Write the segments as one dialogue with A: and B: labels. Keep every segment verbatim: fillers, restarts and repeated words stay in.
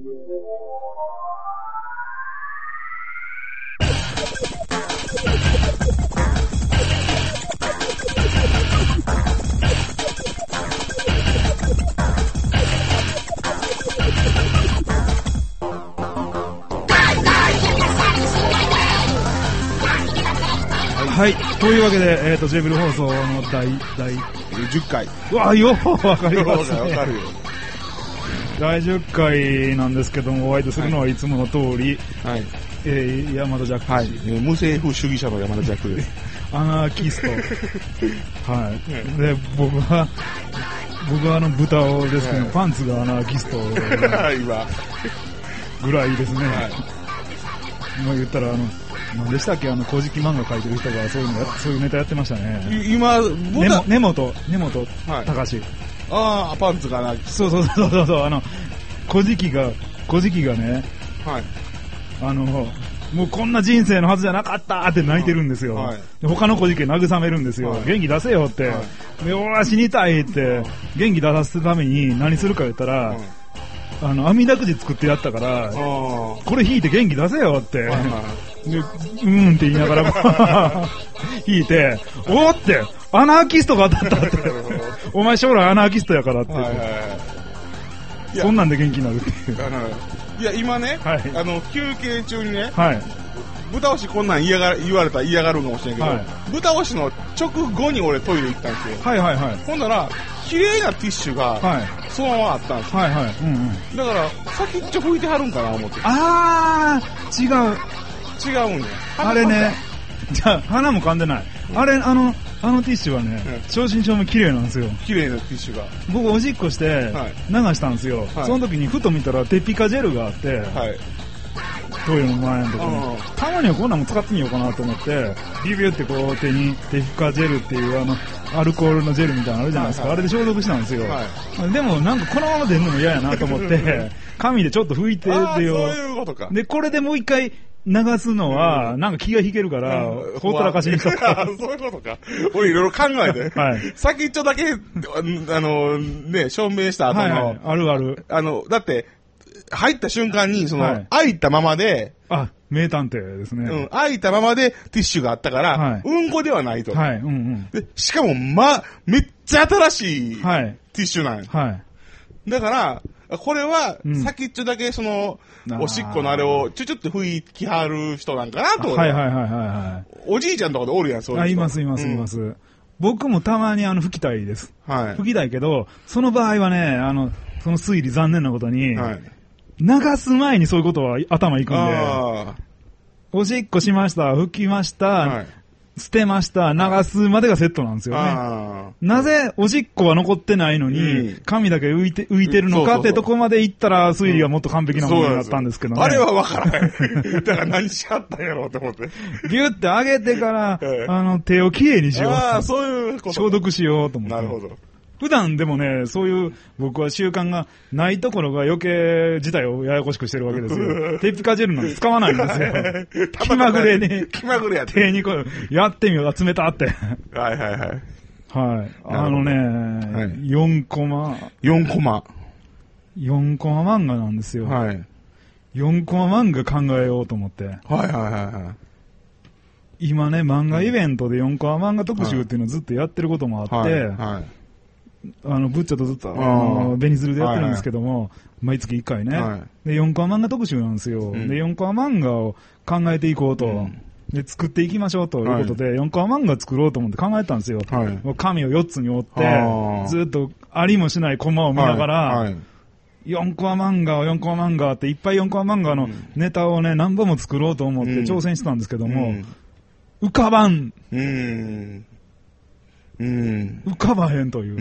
A: はい、というわけで、えっと、ジェブル放送の第、第、
B: じゅっかい。
A: うわ、ようわかりますね。
B: わかるよ。
A: だいじゅっかいなんですけども、お相手するのはいつもの通り、
B: はい。
A: えー、山田ジャック。
B: はい。えー、無政府主義者の山田ジャックです。
A: アナーキスト。はい。で、僕は、僕はあの、豚をですけど、はい、パンツがアナーキスト。
B: 今。
A: ぐらいですね。
B: はい。
A: 今言ったら、あの、何でしたっけ、あの、古事記漫画描いてる人がそういうの、そういうネタやってましたね。
B: 今、
A: 根本、根本隆。
B: ああ、パンツがな。
A: そうそうそうそうそう、あの、古事記が、古事記がね、
B: はい。
A: あの、もうこんな人生のはずじゃなかったって泣いてるんですよ。はい、で他の古事記慰めるんですよ。はい、元気出せよって。はい、で、俺は死にたいって、元気出させるために何するか言ったら、はい、あの、網だくじ作ってやったから、これ引いて元気出せよって。はいはい、で、うーんって言いながら、引いて、おーって、アナーキストが当たったって。お前将来アナーキストやからって。はいはいはい、そんなんで元気になるっていう。
B: いや、今ね、はい、あの、休憩中にね、
A: はい、
B: 豚押しこんなん嫌が言われたら嫌がるかもしれんけど、はい、豚押しの直後に俺トイレ行ったんですよ。
A: はいはいはい。
B: ほんなら、綺麗なティッシュが、そのままあったんですよ。
A: はいはい。うんうん。
B: だから、先っちょ拭いてはるんかな思って。
A: あー、違う。
B: 違うんね。
A: あれね、じゃあ、鼻も噛んでない。うん、あれ、あの、あのティッシュはね、うん、正真正銘綺麗なんですよ。
B: 綺麗なティッシュが。
A: 僕、おしっこして流したんですよ。はい、その時にふと見たら、テピカジェルがあって、はい、トイレの前のところに。たまにはこんなの使ってみようかなと思って、ビュビュってこう手にテピカジェルっていうあの、アルコールのジェルみたいなのあるじゃないですか。はいはい、あれで消毒したんですよ。はい、でもなんかこのまま出るのも嫌やなと思って、紙でちょっと拭いてるよ。
B: そういうことか。
A: で、これでもう一回、流すのは、なんか気が引けるから、ほったらかしにしとく。
B: そういうことか。俺いろいろ考えて。はい。先っちょだけ、あの、ね、証明した後の。はいはい、
A: あるある。
B: あの、だって、入った瞬間に、その、はい、開いたままで、
A: あ、名探偵ですね。
B: うん、開いたままでティッシュがあったから、はい、うんこではないと。
A: はい、うんうん。
B: で、しかも、ま、めっちゃ新しい、はい、ティッシュなんや。はい。だから、これは、先っちょだけその、うん、おしっこのあれをちょちょって拭きはる人なんかなと。
A: はいはいはいはいはい。
B: おじいちゃんとかでおるやん、そういう人。
A: あ、いますいますいます。うん、僕もたまにあの、拭きたいです。はい。拭きたいけど、その場合はね、あの、その推理残念なことに、はい、流す前にそういうことは頭いくんで、おしっこしました、拭きました、はい、捨てました、流すまでがセットなんですよね。なぜおしっこは残ってないのに、うん、紙だけ浮いて、浮いてるのかってとこまで行ったら推理がもっと完璧なものになったんですけどね。
B: あれはわからない。だから何しはったんやろうと思って。
A: ギュッて上げてから、ええ、あの、手をきれいにしよう。
B: ああ、そういうこと。
A: 消毒しようと思って。
B: なるほど。
A: 普段でもね、そういう僕は習慣がないところが余計事態をややこしくしてるわけですよ。テーピカジェルなんて使わないんですよ。気まぐれに。
B: 気まぐれやって。
A: 手にこう、やってみよう、集めたって。
B: はいはいはい。
A: はい。あのね、はい、よんコマ。
B: よんコマ。
A: よんコマ漫画なんですよ。はい。よんコマ漫画考えようと思って。はい
B: はいはいはい。
A: 今ね、漫画イベントでよんコマ漫画特集っていうのをずっとやってることもあって、はいはい、あの、ブッチャとずっと、あの、ベニズルでやってるんですけども、はいはい、毎月いっかいね、はい。で、よんコマ漫画特集なんですよ。うん、で、よんコマ漫画を考えていこうと。うん、で、作っていきましょうということで、はい、よんコマ漫画作ろうと思って考えたんですよ。はい、紙をよっつに折って、ずっとありもしないコマを見ながら、はいはい、よんコマ漫画をよんコマ漫画っていっぱいよんコマ漫画のネタをね、何本も作ろうと思って挑戦してたんですけども、うん、浮かばん。うんうん、浮かばへんという、うん。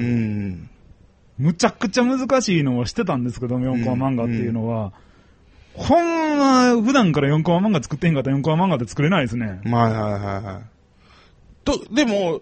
A: むちゃくちゃ難しいのは知ってたんですけども、よんコマ漫画っていうのは。うん、ほんま、普段からよんコマ漫画作ってへんかったらよんコマ漫画って作れないですね。
B: まあ、はいはいはい。と、でも、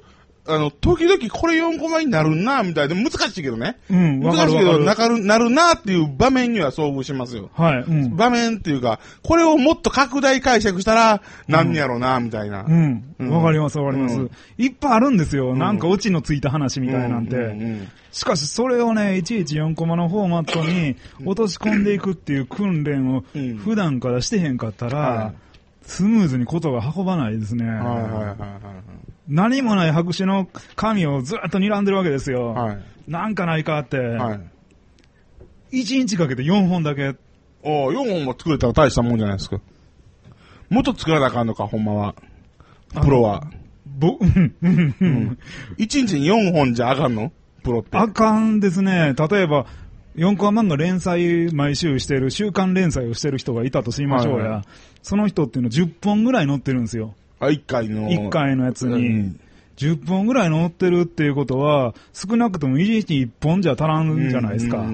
B: あの、時々これよんコマになるな、みたいで難しいけどね。
A: うん、わかる
B: 難しいけど、なかる、なるなっていう場面には遭遇しますよ。
A: はい。うん、
B: 場面っていうか、これをもっと拡大解釈したら、なんやろうな、みたいな。
A: うん。わ、うん、かります、わかります、うん。いっぱいあるんですよ。うん、なんかオチのついた話みたいなんて。うんうんうん、しかし、それをね、いちいちよんコマのフォーマットに落とし込んでいくっていう訓練を普段からしてへんかったら、はい、スムーズにことが運ばないですね。はいはいはいはい、何もない白紙の紙をずっと睨んでるわけですよ。はい、なんかないかって。はい、いちにちかけてよんほんだけ。
B: おー、よんほんも作れたら大したもんじゃないですか。もっと作らなあかんのか、ほんまは。プロは。
A: ぼ、うん、うん、うん。
B: いちにちによんほんじゃあかんの？プロって。
A: あかんですね。例えば、よんコマ漫画連載毎週してる、週刊連載をしてる人がいたとしましょうや。はいはい、その人っていうのはじゅっぽんぐらい載ってるんですよ。
B: あ、いっかいの。
A: いっかいのやつに。うんじゅっぽんぐらい載ってるっていうことは、少なくともいちにちいっぽんじゃ足らんじゃないですか。うんうん、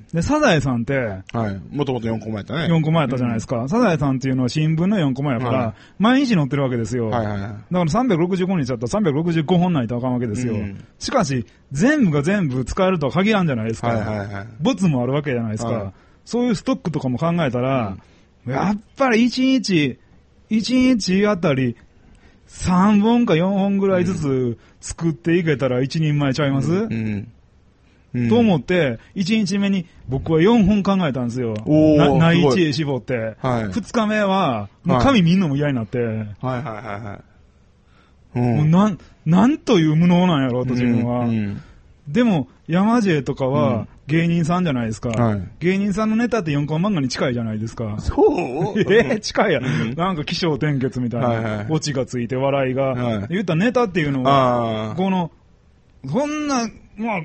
A: で、サザエさんって、はい。
B: もともとよんコマやったね。
A: よんコマやったじゃないですか。うん、サザエさんっていうのは新聞のよんコマやから、はい、毎日載ってるわけですよ。はいはいはい。だからさんびゃくろくじゅうごにちだったらさんびゃくろくじゅうごほんないとあかんわけですよ。うん、しかし、全部が全部使えるとは限らんじゃないですか。はいはいはい。ボツもあるわけじゃないですか。はい、そういうストックとかも考えたら、うん、やっぱりいちにち、いちにちあたり、さんぼんかよんほんぐらいずつ作っていけたら一人前ちゃいます、うんうんうん、と思って、いちにちめに僕はよんほん考えたんですよ。な内知恵絞って、はい。ふつかめは、もう紙見んのも嫌になって。はいはいはいはい。うん、もうなん、なんという無能なんやろうと自分は。うんうんでも、山 J とかは芸人さんじゃないですか。うんはい、芸人さんのネタってよんコマ漫画に近いじゃないですか。
B: そう
A: えー、近いや、うん。なんか起承転結みたいな、はいはい、オチがついて笑いが。はい、言ったらネタっていうのは、この、そんな、まあ、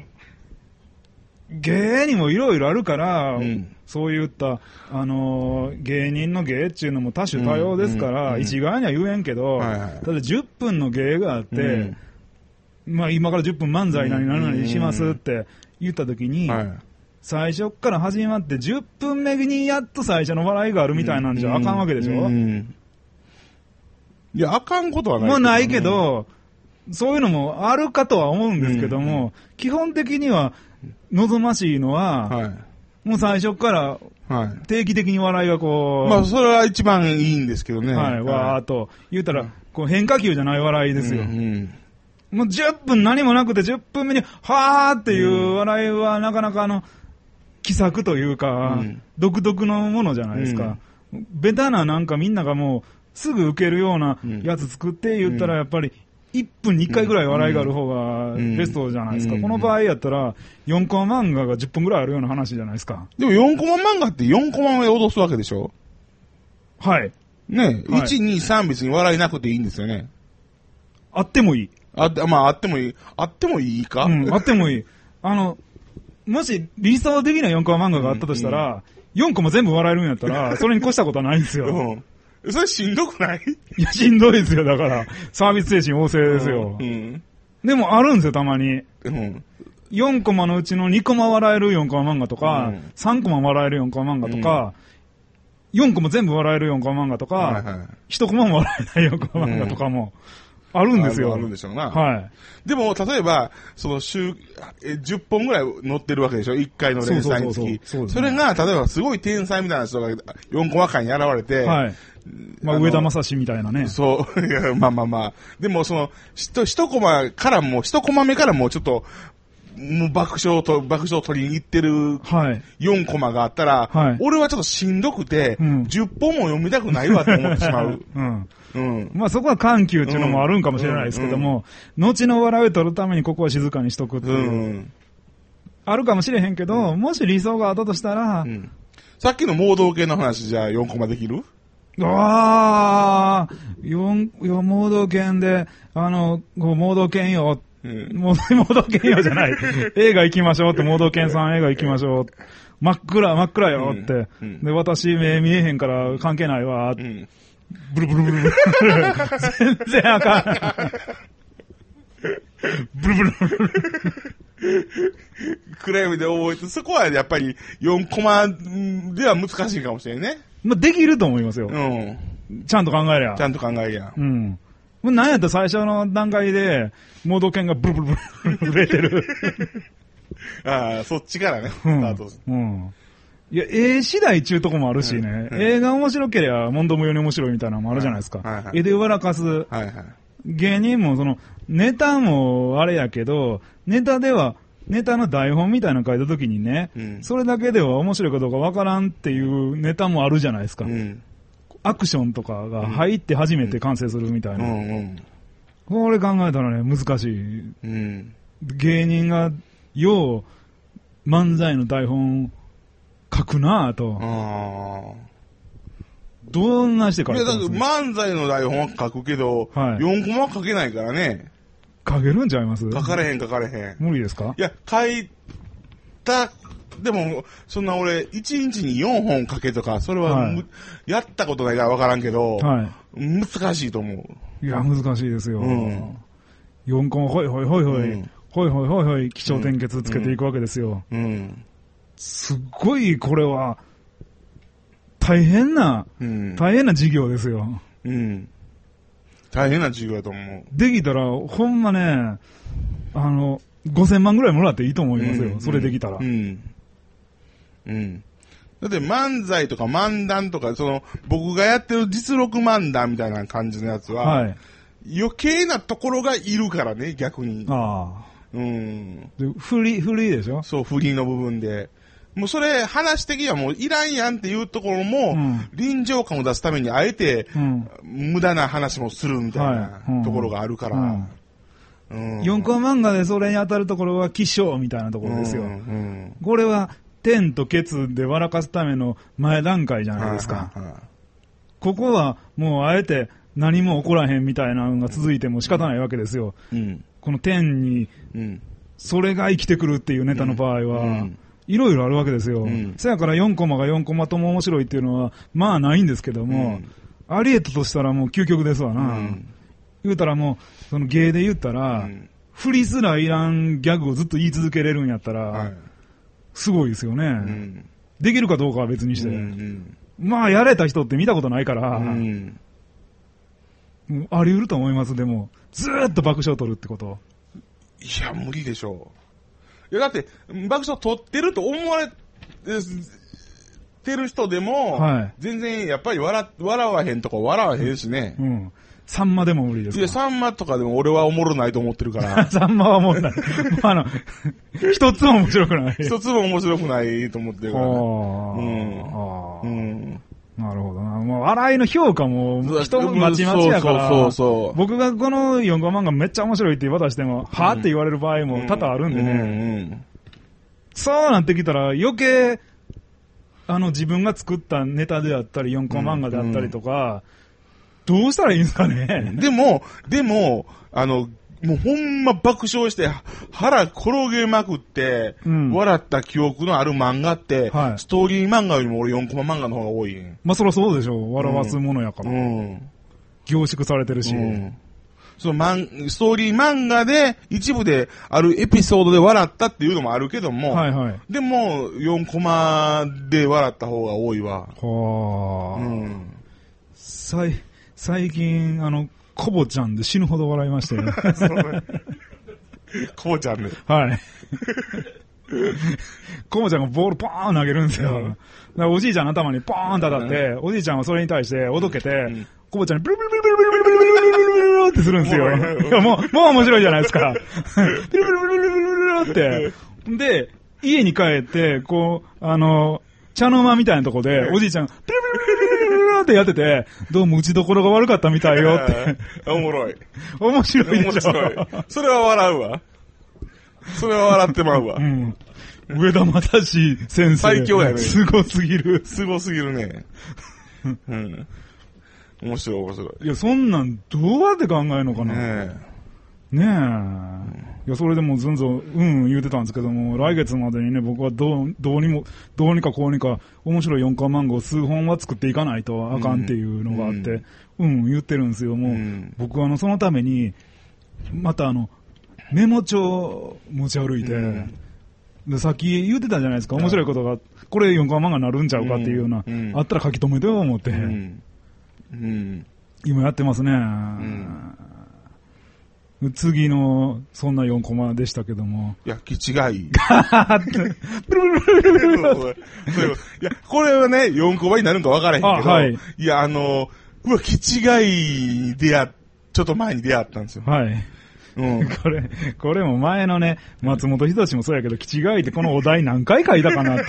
A: 芸にもいろいろあるから、うん、そういった、あのー、芸人の芸っていうのも多種多様ですから、うんうん、一概には言えんけど、はいはい、ただじゅっぷんの芸があって、うんまあ今からじゅっぷん漫才何々々しますって言った時に、はい、最初から始まってじゅっぷんめにやっと最初の笑いがあるみたいなんじゃあかんわけでしょ、うんうん、
B: いや、あかんことはない。
A: もうないけど、そういうのもあるかとは思うんですけども、うんうん、基本的には望ましいのは、はい、もう最初から定期的に笑いがこう、
B: まあそれは一番いいんですけどね。
A: はい、わーっと言ったら、こう変化球じゃない笑いですよ。うんうんもうじゅっぷん何もなくてじゅっぷんめに、はーっていう笑いはなかなかあの、奇策というか、うん、独特のものじゃないですか。うん、ベタななんかみんながもうすぐ受けるようなやつ作って言ったらやっぱりいっぷんにいっかいぐらい笑いがある方がベストじゃないですか。うん、この場合やったらよんコマ漫画がじゅっぷんぐらいあるような話じゃないですか。
B: でもよんコマ漫画ってよんコマ目脅すわけでしょ
A: はい。
B: ねえ、はい、いち、に、さん別に笑いなくていいんですよね。
A: あってもいい。
B: あ、まあ、あってもいい。あってもいいか
A: うん、あってもいい。あの、もし理想的なよんコマ漫画があったとしたら、うんうん、よんコマ全部笑えるんやったら、それに越したことはないんですよ。
B: うん。それしんどくない？
A: いや、しんどいですよ、だから。サービス精神旺盛ですよ。うん。でもあるんですよ、たまに。うん。よんコマのうちのにコマ笑えるよんコマ漫画とか、うん、さんコマ笑えるよんコマ漫画とか、うん、よんコマ全部笑えるよんコマ漫画とか、はいはい、いちコマも笑えないよんコマ漫画とかも、あるんですよ。
B: あるんでしょうな。
A: はい。
B: でも、例えば、その週、え、じゅっぽんぐらい載ってるわけでしょ ?いっ 回の連載につき。そうそうそうそう、それが、例えばすごい天才みたいな人がよんコマ回に現れて、はい。
A: まあ、上田正史みたいなね。
B: そう。いや、まあまあまあ。でも、その、ひと、一コマからも、一コマ目からもうちょっと、もう爆笑と、爆笑を取りに行ってる、はい。よんコマがあったら、はい。俺はちょっとしんどくて、うん、じゅっぽんも読みたくないわと思ってしまう。うん。うん。まあそこは緩急っていうのもあるんかもしれないですけども、うんうん、後の笑いを取るためにここは静かにしとくっていう。うん、あるかもしれへんけど、うん、もし理想があったとしたら、うん、 さっきの盲導系の話じゃあよんコマできる？
A: ああ、四、四盲導犬で、あの、こう盲導犬よ。うん、盲導犬よじゃない。映画行きましょうって、盲導犬さん映画行きましょう。真っ暗、真っ暗よって。うんうん、で、私目見えへんから関係ないわ。うん、ブルブルブルブル。全然あかん。ブルブルブルブル。
B: 暗闇で覚えて、そこはやっぱりよんコマでは難しいかもしれんね。
A: まあ、できると思いますよ。うん。ちゃんと考えりゃ。
B: ちゃんと考えりゃ。
A: うん。 なんやったら最初の段階で、モード犬がブルブルブルブル震えてる。
B: ああ、そっちからね、スタート。
A: うん。うん、いや、絵次第ちゅうとこもあるしね、うん、映画面白ければ、問答無用に面白いみたいなのもあるじゃないですか。はいはいはい、絵で笑かす。はいはい、芸人も、その、ネタもあれやけど、ネタでは、ネタの台本みたいなの書いたときにね、うん、それだけでは面白いかどうかわからんっていうネタもあるじゃないですか。うん、アクションとかが入って初めて完成するみたいな。うんうん、これ考えたらね、難しい。うん、芸人が、よう、漫才の台本書くなぁと。あどんなして書いてます、
B: ね、いや、だって漫才の台本は書くけど、はい、よんコマは書けないからね。
A: 書けるんちゃいます？
B: 書かれへん書かれへん。
A: 無理ですか？
B: いや、書いた、でも、そんな俺、いちにちによんほん書けとか、それは、はい、やったことないからわからんけど、はい、難しいと思う。
A: いや、難しいですよ。うん、よんコマ、ほいほいほいほい、うん、ほいほいほいほい、起承転結つけていくわけですよ。うんうん、すっごい、これは、大変な、うん、大変な事業ですよ。うん。
B: 大変な授業だと思う。
A: できたら、ほんまね、あの、ごせんまんぐらいもらっていいと思いますよ。うん、それできたら。うん。
B: うん。だって漫才とか漫談とか、その、僕がやってる実録漫談みたいな感じのやつは、はい、余計なところがいるからね、逆に。ああ。うん。
A: で、振り、振りでしょ？
B: そう、振りの部分で。もうそれ、話的にはもういらんやんっていうところも、うん、臨場感を出すためにあえて、うん、無駄な話もするみたいなところがあるから。うん
A: うん、よんコマ漫画でそれに当たるところは起承みたいなところですよ。うんうん、これは、天とケツで笑かすための前段階じゃないですか。はははここはもうあえて何も起こらへんみたいなのが続いても仕方ないわけですよ。うん、この天に、それが生きてくるっていうネタの場合は、うんうんいろいろあるわけですよ。うん、せやからよんコマがよんコマとも面白いっていうのは、まあないんですけども、うん、ありえたとしたらもう究極ですわな。うん、言うたらもう、その芸で言ったら、うん、振りすらいらんギャグをずっと言い続けれるんやったら、はい、すごいですよね、うん。できるかどうかは別にして。うんうん、まあやれた人って見たことないから、うん、あり得ると思います、でも。ずーっと爆笑を取るってこと。
B: いや、無理でしょう。いや、だって、爆笑取ってると思われてる人でも、はい、全然やっぱり笑、笑わへんとか笑わへんしね。うん。うん、
A: サンマでも無理ですか？
B: いや、サンマとかでも俺はおもろないと思ってるから。
A: サンマはおもろない。あの、一つも面白くない。
B: 一つも面白くないと思ってるから、ね。うん。
A: あうん。なるほどな。もう、笑いの評価も、人もまちまちやから、そうそうそう僕がこのよんコマ漫画めっちゃ面白いって渡しても、うん、はぁって言われる場合も多々あるんでね。うんうんうん、そうなってきたら、余計、あの、自分が作ったネタであったり、よんコマ漫画であったりとか、うんうん、どうしたらいいんですかね。
B: でも、でも、あの、もうほんま爆笑して腹転げまくって、うん、笑った記憶のある漫画って、はい、ストーリー漫画よりも俺よんコマ漫画の方が多い。
A: まあそりゃそうでしょう。笑わすものやから。うん、凝縮されてるし。うん、
B: そのマン、ストーリー漫画で一部であるエピソードで笑ったっていうのもあるけども、はいはい、でもよんコマで笑った方が多いわ。はあ。うん、
A: 最、最近、あの、コボちゃんで死ぬほど笑いましたよね。
B: コボちゃんで。
A: はい。コボちゃんがボールポーン投げるんですよ。うん、だからおじいちゃんの頭にポーンと当たって、うん、おじいちゃんはそれに対しておどけて、うん、コボちゃんにブルブルブルブルブルブルブルブルブルってするんですよ。いやもう、もう面白いじゃないですか。ブルブルブルブルブルブルって。で、家に帰って、こう、あの、茶の間みたいなとこで、おじいちゃん、ブルブルブルブルブルブルってやってて、どうも打ちどころが悪かったみたいよって。
B: おもろい。
A: 面白いでしょ。
B: 面白い。それは笑うわ。それは笑ってまうわ。うん。
A: 上田正史先生。
B: 最強やね。
A: すごすぎる。
B: すごすぎるね。うん。面白い面白い。
A: いや、そんなんどうやって考えるのかな。ねえ。ねえ、うん。いや、それでもずんずん、うん言うてたんですけども、来月までにね、僕はどう、どうにも、どうにかこうにか、面白いよんコマ漫画を数本は作っていかないとあかんっていうのがあって、うん、うん、言ってるんですよ。もう、うん、僕はあの、そのために、またあの、メモ帳持ち歩いて、うん、で、さっき言ってたじゃないですか、面白いことが、これよんコマ漫画になるんちゃうかっていうような、うん、あったら書き留めてよ思って。うん。うん、 今やってますね。うん、次の、そんなよんコマでしたけども。
B: いや、気違い。いや、これはね、よんコマになるんか分からへんけど、はい、いや、あの、うわ、気違いでや、ちょっと前に出会ったんですよ。
A: はい。うん、これ、これも前のね、松本人志もそうやけど、気違いってこのお題何回書いたかなって。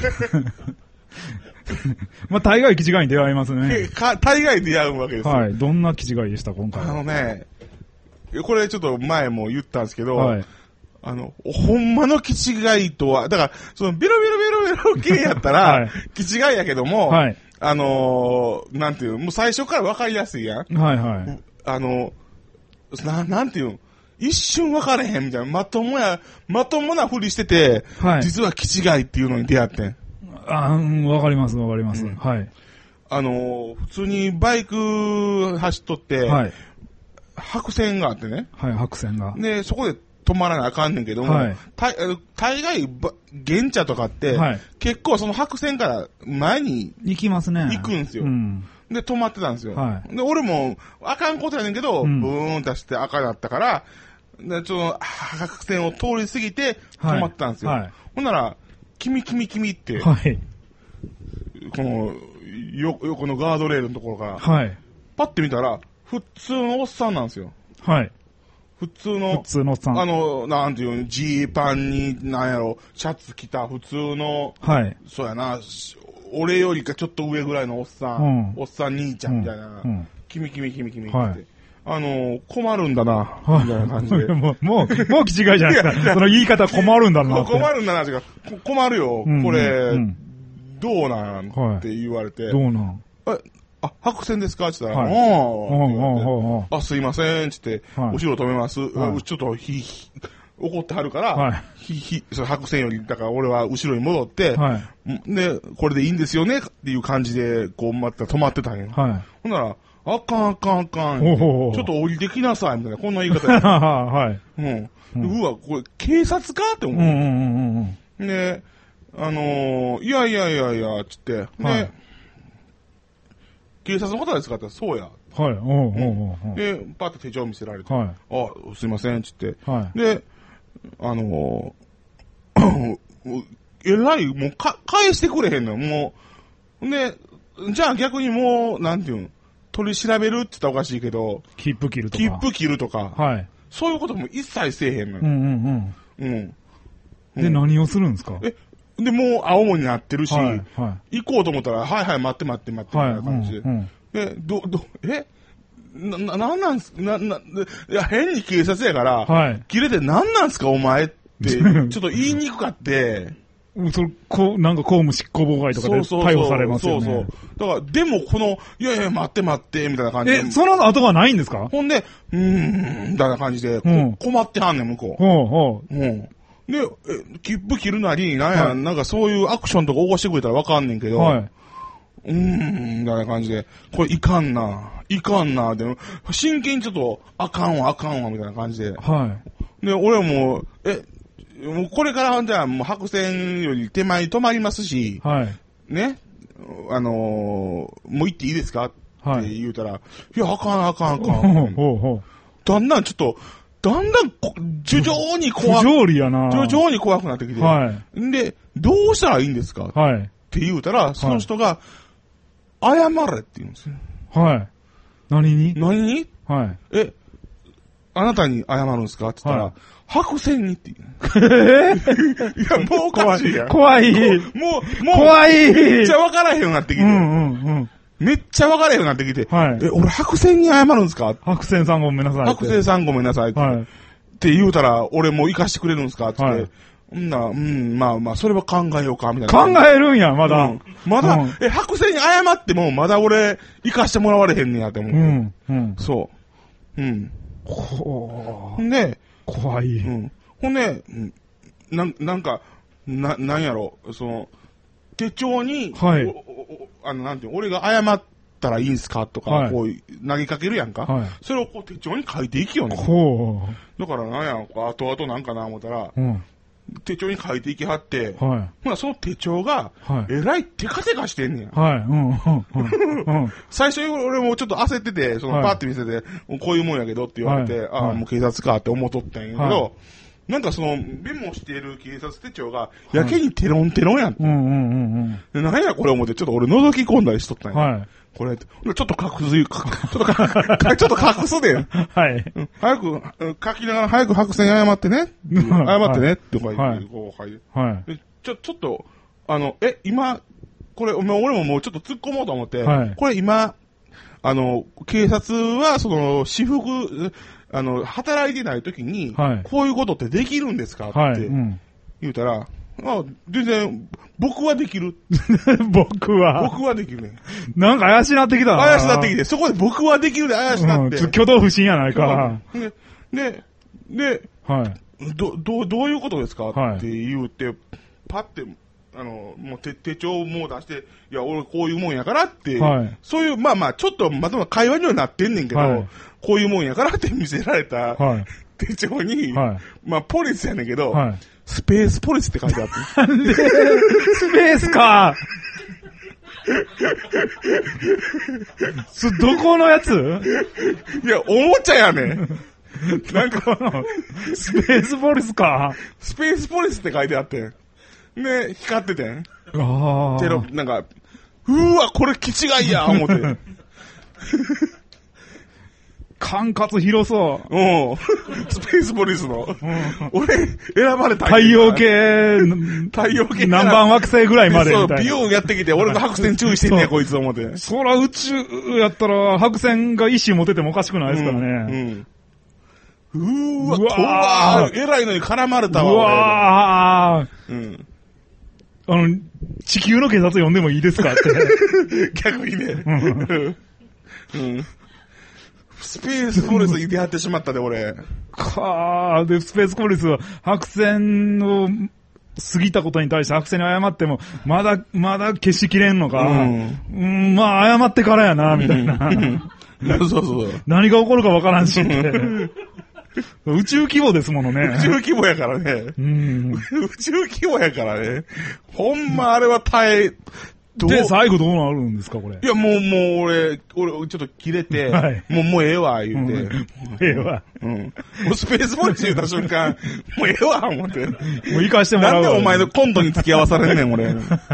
A: まあ、大概気違いに出会いますね。
B: 大概出会うわけですよ。
A: はい。どんな気違いでした今回は。
B: あのね、これちょっと前も言ったんですけど、はい、あの、ほんまの気違いとは、だから、そのビロビロビロビロ系やったら、はい、気違いやけども、はい、あのー、なんていうの、もう最初から分かりやすいやん。はいはい。あの、な、なんていうの、一瞬分かれへんみたいな、まともや、まともなふりしてて、はい、実は気違いっていうのに出会ってん。
A: ああ、うん、わかりますわかります、うん。はい。
B: あのー、普通にバイク走っとって、はい。白線があってね。
A: はい、白線が。
B: で、そこで止まらなあかんねんけども、はい、た大概、原茶とかって、はい、結構その白線から前に
A: 行きますね。
B: 行くんですよ。うん、で、止まってたんですよ。はい、で、俺も、あかんことやねんけど、うん、ブーン出して赤だったから、で、ちょっと、白線を通り過ぎて、止まってたんですよ。はいはい、ほんなら、君君君って、はい、この、よ、横のガードレールのところから、はい、パッて見たら、普通のおっさんなんですよ。はい。普通の、
A: 普通のおっさん。
B: あの、なんていうの、ジーパンに、なんやろ、シャツ着た普通の、はい。そうやな、俺よりかちょっと上ぐらいのおっさん、うん、おっさん兄ちゃんみたいな、うん、君君君君って、はい、あの、困るんだな、みたいな感じで。もう、もう、もう気違いじゃないですか。その言い方困るんだなって。 困るんだなっていうか、困るよ、これ、うん、どうなんって言われて。
A: どうなん
B: えあ、白線ですかって言ったら、はい、あ、すいません、つって、はい、後ろ止めます。はい、ちょっと、ひ、ひ、怒ってはるから、はい、ひ、ひ、その白線より、だから俺は後ろに戻って、はい、で、これでいいんですよねっていう感じで、こう、また止まってたんよ。はい、ほんなら、あかんあかんあかん。ちょっと降りてきなさい、みたいな、こんな言い方や。はい。うん。うん、うわ、これ、警察かって思う。うんうんうんうん。で、あのー、いやいやいやいや、つって、で、はい、警察の方ですかってそうや。はい。おうおうおうで、パッと手帳見せられて、はい、あ、すいません、つって。はい、で、あのー、えらい、もうか、返してくれへんのよ、もう。で、じゃあ逆にもう、なんていうん、取り調べるって言ったらおかしいけど、
A: 切符切るとか。
B: 切符切るとか、はい。そういうことも一切せえへんのよ。うんうんうん。うん。
A: で、うん、何をするんですか？
B: え、で、もう青森になってるし、はいはい、行こうと思ったら、はいはい、待って待って待って、みたいな感じで。はいうんうん、で、ど、ど、えな、な、なんなんすな、な、いや、変に警察やから、はい、切れてなんなんすか、お前って、ちょっと言いにくかって、
A: それ、こう、なんか公務執行妨害とかで逮捕されますよね。そうそう
B: そう。だから、でもこの、いやいや、待って待って、みたいな感じで。
A: え、その後がないんですか？
B: ほんで、うーん、みたいな感じで、うん、困ってはんねん、向こう。ほうほう。うん。で、え、切符切るなり、なんや、はい、なんかそういうアクションとか起こしてくれたらわかんねんけど、はい、うーん、みたいな感じで、これいかんな、いかんな、でも、真剣にちょっと、あかんわ、あかんわ、みたいな感じで。はい。で、俺も、え、もうこれからじゃあもう白線より手前に止まりますし、はい。ね、あのー、もう行っていいですかって言うたら、はい、いや、あかんあかんあかん。ほうほうほう。だんだんちょっと、だんだんこ、徐々に怖く、
A: 不条理やな。
B: 徐々に怖くなってきて、はい。で、どうしたらいいんですかはい。って言うたら、その人が、はい、謝れって言うんですよ。
A: はい。何に
B: 何にはい。え、あなたに謝るんですかって言ったら、はい、白線にって言う。いや、もうおかしいやん。
A: 怖い。
B: もう、もう、
A: 怖い。
B: めっちゃ分からへんようになってきて。うんうんうん。めっちゃ分からへんようになってきて。はい。え、俺白線に謝るんですか
A: 白線さんごめんなさい。
B: 白線さんごめんなさいって。はい。って言うたら、俺もう行かしてくれるんですかって。はい。んな、うん、まあまあ、それは考えようか、みたい
A: な。考えるんや、まだ。うん、
B: まだ、うん、え、白線に謝っても、まだ俺、行かしてもらわれへんねやって思って。うん。うん。そう。うん。
A: ほ
B: ー。で、
A: 怖い。
B: うん。ほんで、な、なんか、な、なんやろ、その、手帳に、はい。あの、なんていう、俺が謝ったらいいんすかとか、はい、こう、投げかけるやんか。はい。それをこう手帳に書いていきよね。ほう。だからなんやろ、後々なんかな思ったら、うん。 手帳に書いていきはって、はい。ほな、その手帳が、はい。えらいテカテカしてんねや。はい。うん、うん、うん。最初俺もちょっと焦ってて、そのパーって見せて、はい、こういうもんやけどって言われて、はい、ああ、もう警察かって思っとったんやけど、はい、なんかその、メモしてる警察手帳が、やけにテロンテロンやん。うんうんうんうん。なんやこれ思って、ちょっと俺覗き込んだりしとったんや。はい。これ、ちょっと隠す、ちょっと、ちょっと隠すで。はい。早く、書きながら早く白線謝ってね。謝ってね。って書いて、こう書いて。はい。ちょ、ちょっと、あの、え、今、これ、俺ももうちょっと突っ込もうと思って、はい、これ今、あの、警察は、その、私服、あの、働いてない時に、はい、こういうことってできるんですかって、はい、うん、言うたら、あ、全然、僕はできる。
A: 僕は
B: 僕はできるね。
A: なんか怪しなってきたな。
B: 怪しなってきて、そこで僕はできるで怪しなって。うん、
A: 挙動不審やないか。
B: で、で、で、はい。ど、どう、どういうことですか、はい、って言うて、パって、あの、もう手、手帳も出して、いや、俺こういうもんやからって、はい、そういう、まあまあ、ちょっと、まとま会話にはなってんねんけど、はい、こういうもんやからって見せられた、はい、手帳に、はい、まあ、ポリスやねんけど、はい、スペースポリスって書いてあって。なんで、ス
A: ペースか。そ、どこのやつ？
B: いや、おもちゃやねん。なんか、
A: スペースポリスか。
B: スペースポリスって書いてあって。で、光っててん。ああ。テロ、なんか、うーわ、これ気違いや、思って。
A: 管轄広そう。
B: うん。スペースポリスの。うん、俺、選ばれた。
A: 太陽系、
B: 太陽系。
A: 南蛮惑星ぐらいまでみたいな。
B: そう、ビヨーンやってきて、俺の白線注意してんねや、こいつ思って。
A: そら宇宙やったら、白線が意志持ててもおかしくないですからね。
B: うん。うん、うーわ、うわー、偉いのに絡まれたわ、う
A: わー。うん。あの、地球の警察呼んでもいいですかって。
B: 逆にね。うん。スペースポリスいてはってしまったで、俺。
A: かー、で、スペースポリスは白線を過ぎたことに対して白線に謝っても、まだ、まだ消しきれんのか。うん、うん、まあ、謝ってからやな、みたいな。
B: そうそう。
A: 何が起こるかわからんしって。宇宙規模ですものね。
B: 宇宙規模やからね。うん、宇宙規模やからね。ほんまあれは耐え、
A: で、最後どうなるんですか、これ。
B: いや、もう、もう、俺、俺、ちょっと切れて、はい、もう、もうええわ、言うて。うん、もう
A: ええわ。
B: うん。もうスペースポリス言うた瞬間、もうええわ、思って。もう
A: 行かしてもらう。
B: なんでお前のコントに付き合わされんねん、俺。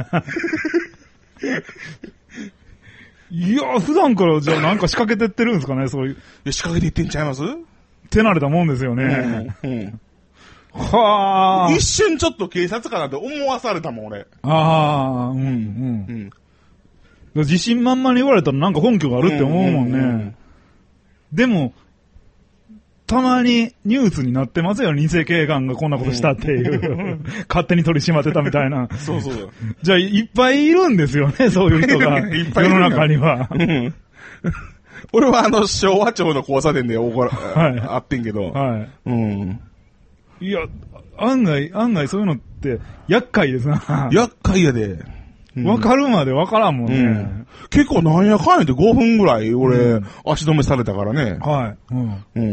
A: いや、普段からじゃあなんか仕掛けてってるんですかね、そういう。い
B: や、仕掛けていってんちゃいます？
A: 手慣れたもんですよね。うん。うん
B: はあ。一瞬ちょっと警察かなって思わされたもん、俺。
A: ああ、うん、うん。うん。自信満々に言われたらなんか根拠があるって思うもんね。うんうんうん、でも、たまにニュースになってますよ、偽警官がこんなことしたっていう。うん、勝手に取り締まってたみたいな。
B: そうそう。
A: じゃあ、いっぱいいるんですよね、そういう人が。いっぱいいる世の中には。うん、
B: 俺はあの、昭和町の交差点で怒ら、はい、あってんけど。はい。うん。
A: いや、案外、案外そういうのって厄介ですな。
B: 厄介やで。
A: わ、うん、かるまでわからんもんね、うん。
B: 結構なんやかんやでごふんぐらい俺、うん、足止めされたからね。
A: はい。うん。
B: うん。うん。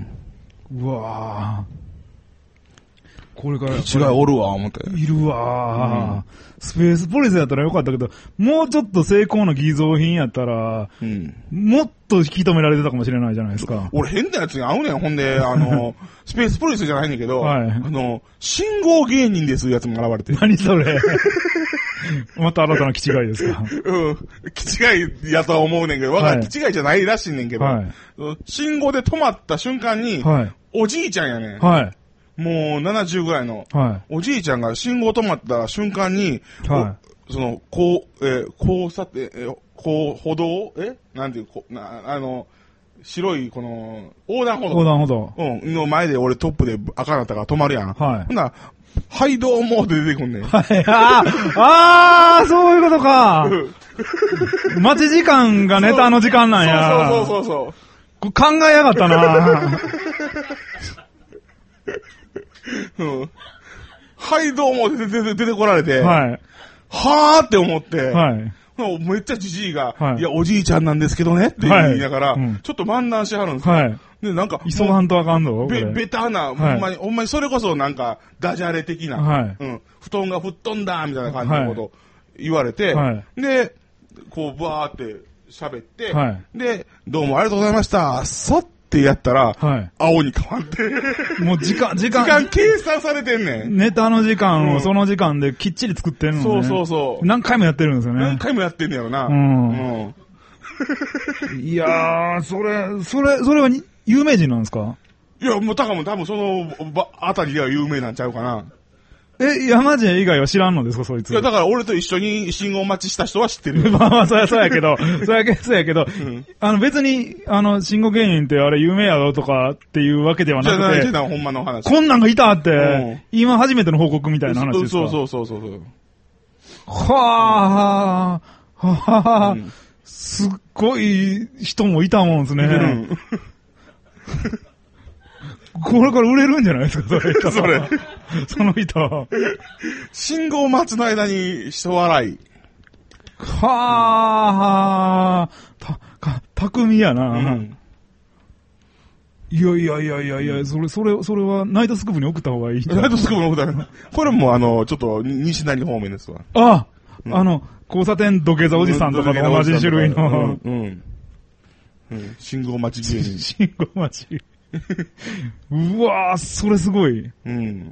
A: うん、うわぁ。これから。
B: 違いおるわ、思って。
A: いるわ、うん、スペースポリスやったらよかったけど、もうちょっと成功の偽造品やったら、うん、もっと引き止められてたかもしれないじゃないですか。
B: 俺変なやつに会うねん、ほんで、あの、スペースポリスじゃないねんけど、はい、あの、信号芸人ですやつも現れて。
A: 何それまた新たな気違いですか。
B: うん。気違いやとは思うねんけど、わかる、気違いじゃないらしいねんけど、はい、信号で止まった瞬間に、はい、おじいちゃんやねん。はい。もうななじゅうぐらいの、はい、おじいちゃんが信号止まった瞬間に、はい、その、こう、えー、交差点、えー、こう、歩道えなんていう、こな、あの、白い、この、横断歩道。
A: 横断歩道。
B: うん。の前で俺トップで赤なったから止まるやん。はい。ほんなら、はいどうもって出てくんねん。
A: はい。ああ、あー、そういうことか。待ち時間がネタの時間なんや。
B: そうそうそうそう。
A: 考えやがったな
B: うん、はいどうもって出て、出てこられて、はい。はーって思って、はい。めっちゃじじいが、はい、いや、おじいちゃんなんですけどねって言いながら、はいうん、ちょっと漫談しはるんですよ。はい。 で、なんか、
A: 急がんとあかんの
B: べ、ベタな、はい、ほんまに、ほんまにそれこそなんか、ダジャレ的な、はい、うん、布団が吹っ飛んだ、みたいな感じのこと言われて、はい、で、こう、バーって喋って、はい、で、どうもありがとうございました、さってやったら、はい、青に変わって、
A: もう時間、時間、
B: 時間計算されてんねん。
A: ネタの時間をその時間できっちり作ってんのね。
B: そうそうそう。
A: 何回もやってるんですよね。
B: 何回もやってんねやろな。うん。うん、
A: いやー、それ、それ、それは有名人なんですか？
B: いや、もう、たかも多分その、ば、あたりでは有名なんちゃうかな。
A: え、山地以外は知らんのですか、そいつ。
B: いや、だから俺と一緒に信号待ちした人は知ってる。
A: まあまあ、そりゃそうやけど、そりゃけそうやけど、うん、あの別に、あの、信号芸人ってあれ有名やろとかっていうわけではなくて。じゃない、じゃない、
B: ほんまの話。
A: こんなんがいたって、うん、今初めての報告みたいな話ですか？
B: そうそうそうそうそう。
A: はぁ、はぁ、はぁ、すっごい人もいたもんですね。うんこれから売れるんじゃないですか、それ。
B: それ。
A: その人。
B: 信号待ちの間に人笑い。
A: はぁ、た、か、巧みやな、うん。いやいやいやいやいや、それ、それ、それはナイトスクープに送った方がいい。
B: ナイトスクープに送った方がいい。これもあの、ちょっと西成方面ですわ。
A: あ、うん、あの、交差点土下座おじさんとかと同じ種類の。
B: うん。うんうん、信号待ち芸人。
A: 信号待ち。うわぁ、それすごい。うん。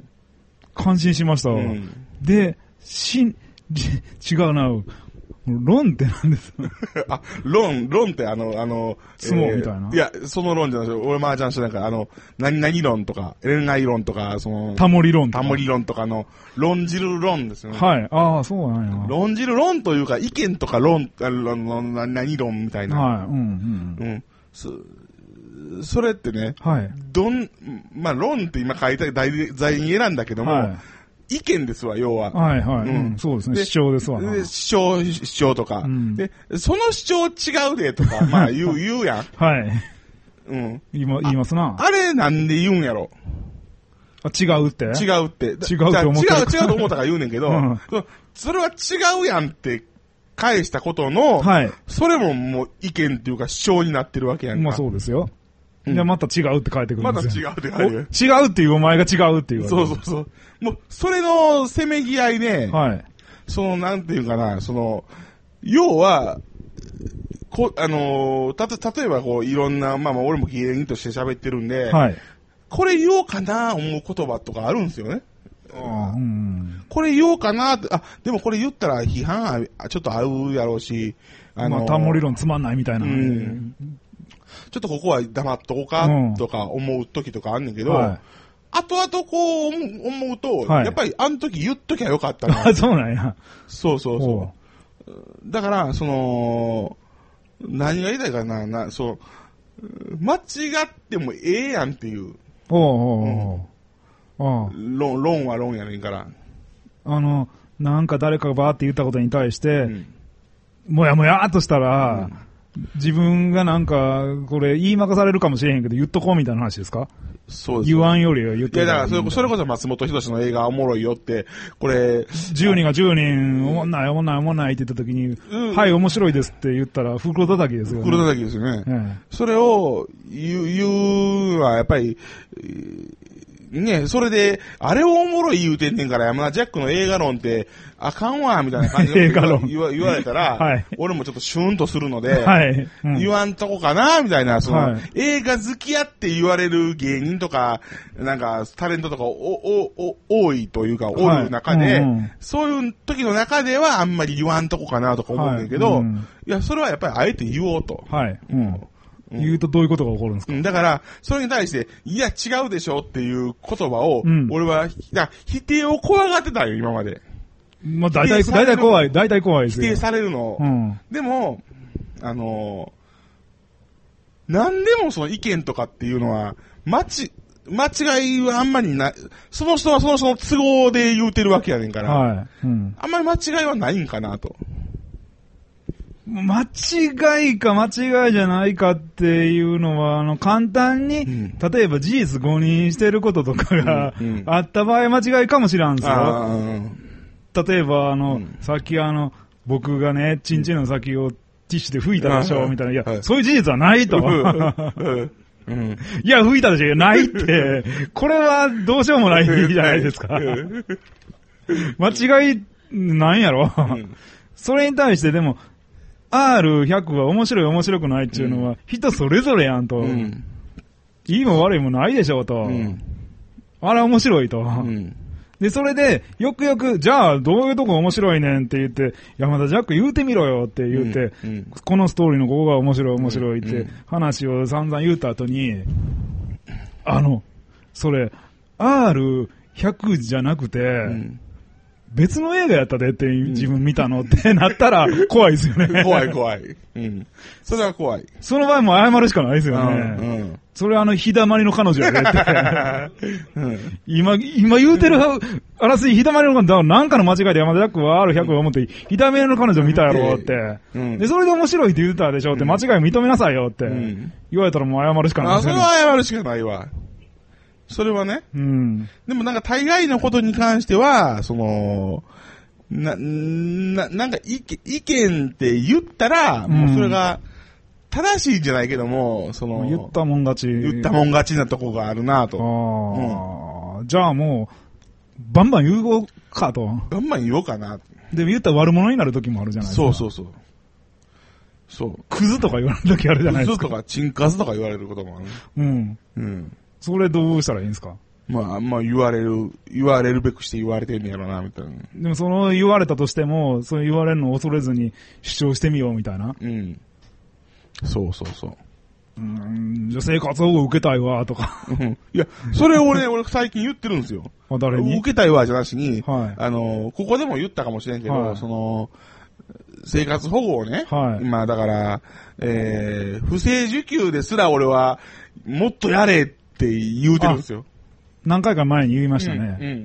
A: 感心しました。うん、で、しん、違うな。論って何ですか？
B: あ、論、論ってあの、あの、
A: 相撲みたいな、
B: えー。いや、その論じゃないですよ。俺麻雀してないから、あの、何々論とか、恋愛論とか、その、
A: タモリ論
B: とか。タモリ論とかの、論じる論ですよね。
A: はい。ああ、そうなんや。
B: 論じる論というか、意見とか論、あの、何論みたいな。
A: はい。うん、うん。うん。
B: そ, それってね、はい。どん、まあ、論って今書いた題に選んだけども、はい、意見ですわ、要は。
A: はいはい。うん。そうですね。主張ですわな。
B: で、主張、主張とか。うん、で、その主張違うでとか、まあ言う、言うやん。
A: はい。
B: うん。
A: 言いま、言いますな。
B: あれなんで言うんやろ。
A: あ、違うって
B: 違うって。違う
A: と思った。
B: 違う、違うと思ったから言うねんけど、うん、それは違うやんって返したことの、はい。それももう意見っていうか主張になってるわけやんか。
A: まあそうですよ。うん、いや、また違うって書いてくるんですよ。
B: また違うって書いてくる。
A: 違うっていうお前が違うっていう。
B: そうそうそう。もう、それのせめぎ合いね、はい。その、なんていうかな、その、要は、こ、あのー、たと、例えばこう、いろんな、まあまあ俺も芸人として喋ってるんで、はい。これ言おうかな思う言葉とかあるんですよね。うん、これ言おうかなって、あ、でもこれ言ったら批判ちょっと合うやろうし、
A: あのー、まあ、タモリ論つまんないみたいな。うん
B: ちょっとここは黙っとこうかとか思う時とかあんねんけど、うんはい、後々こう思うと、はい、やっぱりあの時言っときゃよかったな。
A: そうなんや。
B: そうそうそう。だから、その、何が言いたいかな、な、そう、間違ってもええやんっていう。おうおうおう、うん、論、論は論やねんから。
A: あの、なんか誰かがバーって言ったことに対して、うん、もやもやーっとしたら、うん自分がなんか、これ言いまかされるかもしれへんけど言っとこうみたいな話ですか？
B: そうです。
A: 言わんよりは言っとこう。
B: いやだからそれ、それこそ松本人志の映画おもろいよって、これ。
A: じゅうにんがじゅうにん、おもんないおもんないおもんないって言った時に、うん、はい面白いですって言ったら袋叩きですよね。
B: 袋叩きですよね。うん、それを言う、言うはやっぱり、ね、それで、あれをおもろい言うてんねんから、山田ジャックの映画論って、あかんわ、みたいな感じで言わ、言われたら、はい、俺もちょっとシューンとするので、はいうん、言わんとこかな、みたいな、その、はい、映画好きやって言われる芸人とか、なんか、タレントとかお、お、お、多いというか、おる中で、はいうんうん、そういう時の中ではあんまり言わんとこかなとか思うんだけど、はいうん、いや、それはやっぱりあえて言おうと。はい。うん
A: 言うとどういうことが起こるんですか？
B: うん、だから、それに対して、いや、違うでしょっていう言葉を、うん、俺は、否定を怖がってたよ、今まで。
A: まあ、大体、大体怖い、大体怖いですよ。
B: 否定されるの。うん、でも、あのー、何でもその意見とかっていうのは、間ち、間違いはあんまりない、その人はその人の都合で言うてるわけやねんから、はいうん、あんまり間違いはないんかなと。
A: 間違いか間違いじゃないかっていうのは、あの、簡単に、うん、例えば事実誤認してることとかが、うんうん、あった場合間違いかもしれんすよ。例えば、あの、うん、さっきあの、僕がね、チンチンの先をティッシュで拭いたでしょ、みたいな。いや、はい、そういう事実はないと。
B: うん、
A: いや、吹いたでしょ。ないって。これはどうしようもないじゃないですか。間違い、なんやろ、うん、それに対してでも、アールひゃく は面白い面白くないっていうのは、人それぞれやんと。うん、いいも悪いもないでしょうと。うん、あれ面白いと。うんで、それで、よくよく、じゃあ、どういうとこ面白いねんって言って、山田ジャック言うてみろよって言って、うんうん、このストーリーのここが面白い面白いって、話を散々言った後に、あの、それ、アールひゃく じゃなくて、うん別の映画やったでって自分見たのってなったら怖いですよね。
B: 怖い怖い。うん。それは怖い。
A: その場合も謝るしかないですよね。うん。うん、それはあの、ひだまりの彼女やでって。うん、今、今言うてる、あらすじひだまりの彼女、なんかの間違いで山田ジャックは アールひゃく を思って、ひだまりの彼女見たやろって。うん。で、それで面白いって言ってたでしょって、間違い認めなさいよって。うん。言われたらもう謝るしかないですよね。
B: あ、それは謝るしかないわ。それはね。うん。でもなんか大概のことに関しては、その、な、な、なんか意見、意見って言ったら、もうそれが正しいんじゃないけども、その、
A: 言ったもん勝ち。
B: 言ったもん勝ちなとこがあるなと。
A: ああ、うん、じゃあもう、バンバン言おうかと。
B: バンバン言おうかな。
A: でも言ったら悪者になる時もあるじゃないですか。
B: そうそうそう。そう。
A: クズとか言われる時あるじゃないですか。
B: クズとかチンカスとか言われることもある。うん。うん。
A: それどうしたらいいんですか？
B: まあ、まあ言われる、言われるべくして言われてんねやろな、みたいな。
A: でもその言われたとしても、そう言われるのを恐れずに主張してみようみたいな。うん。
B: そうそうそう。
A: うん、じゃあ生活保護受けたいわ、とか。
B: いや、それをね、俺最近言ってるんですよ。
A: あ、誰に？
B: 受けたいわじゃなしに、はい、あの、ここでも言ったかもしれんけど、はい、その、生活保護をね、はい、まあだから、えー、不正受給ですら俺は、もっとやれって言うてるんですよ。
A: 何回か前に言いましたね。うん。うんうん、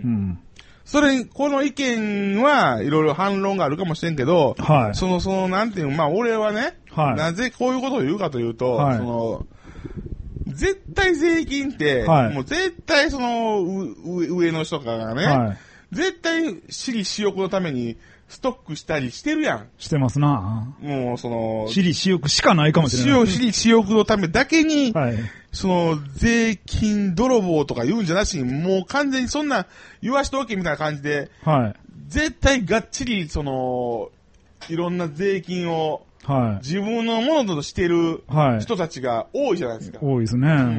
B: それに、この意見はいろいろ反論があるかもしれんけど、はい。その、その、なんていうの、まあ俺はね、はい。なぜこういうことを言うかというと、はい。その、絶対税金って、はい。もう絶対その、う、上の人がね、はい。絶対私利私欲のためにストックしたりしてるやん。
A: してますな。
B: もうその、
A: 私利私欲しかないかもしれない。
B: 私利私欲のためだけに、はい。その、税金泥棒とか言うんじゃなしに、もう完全にそんな言わしとけみたいな感じで、はい。絶対がっちり、その、いろんな税金を、はい。自分のものとしてる人たちが多いじゃないですか。
A: はい、多いですね、うん。うん。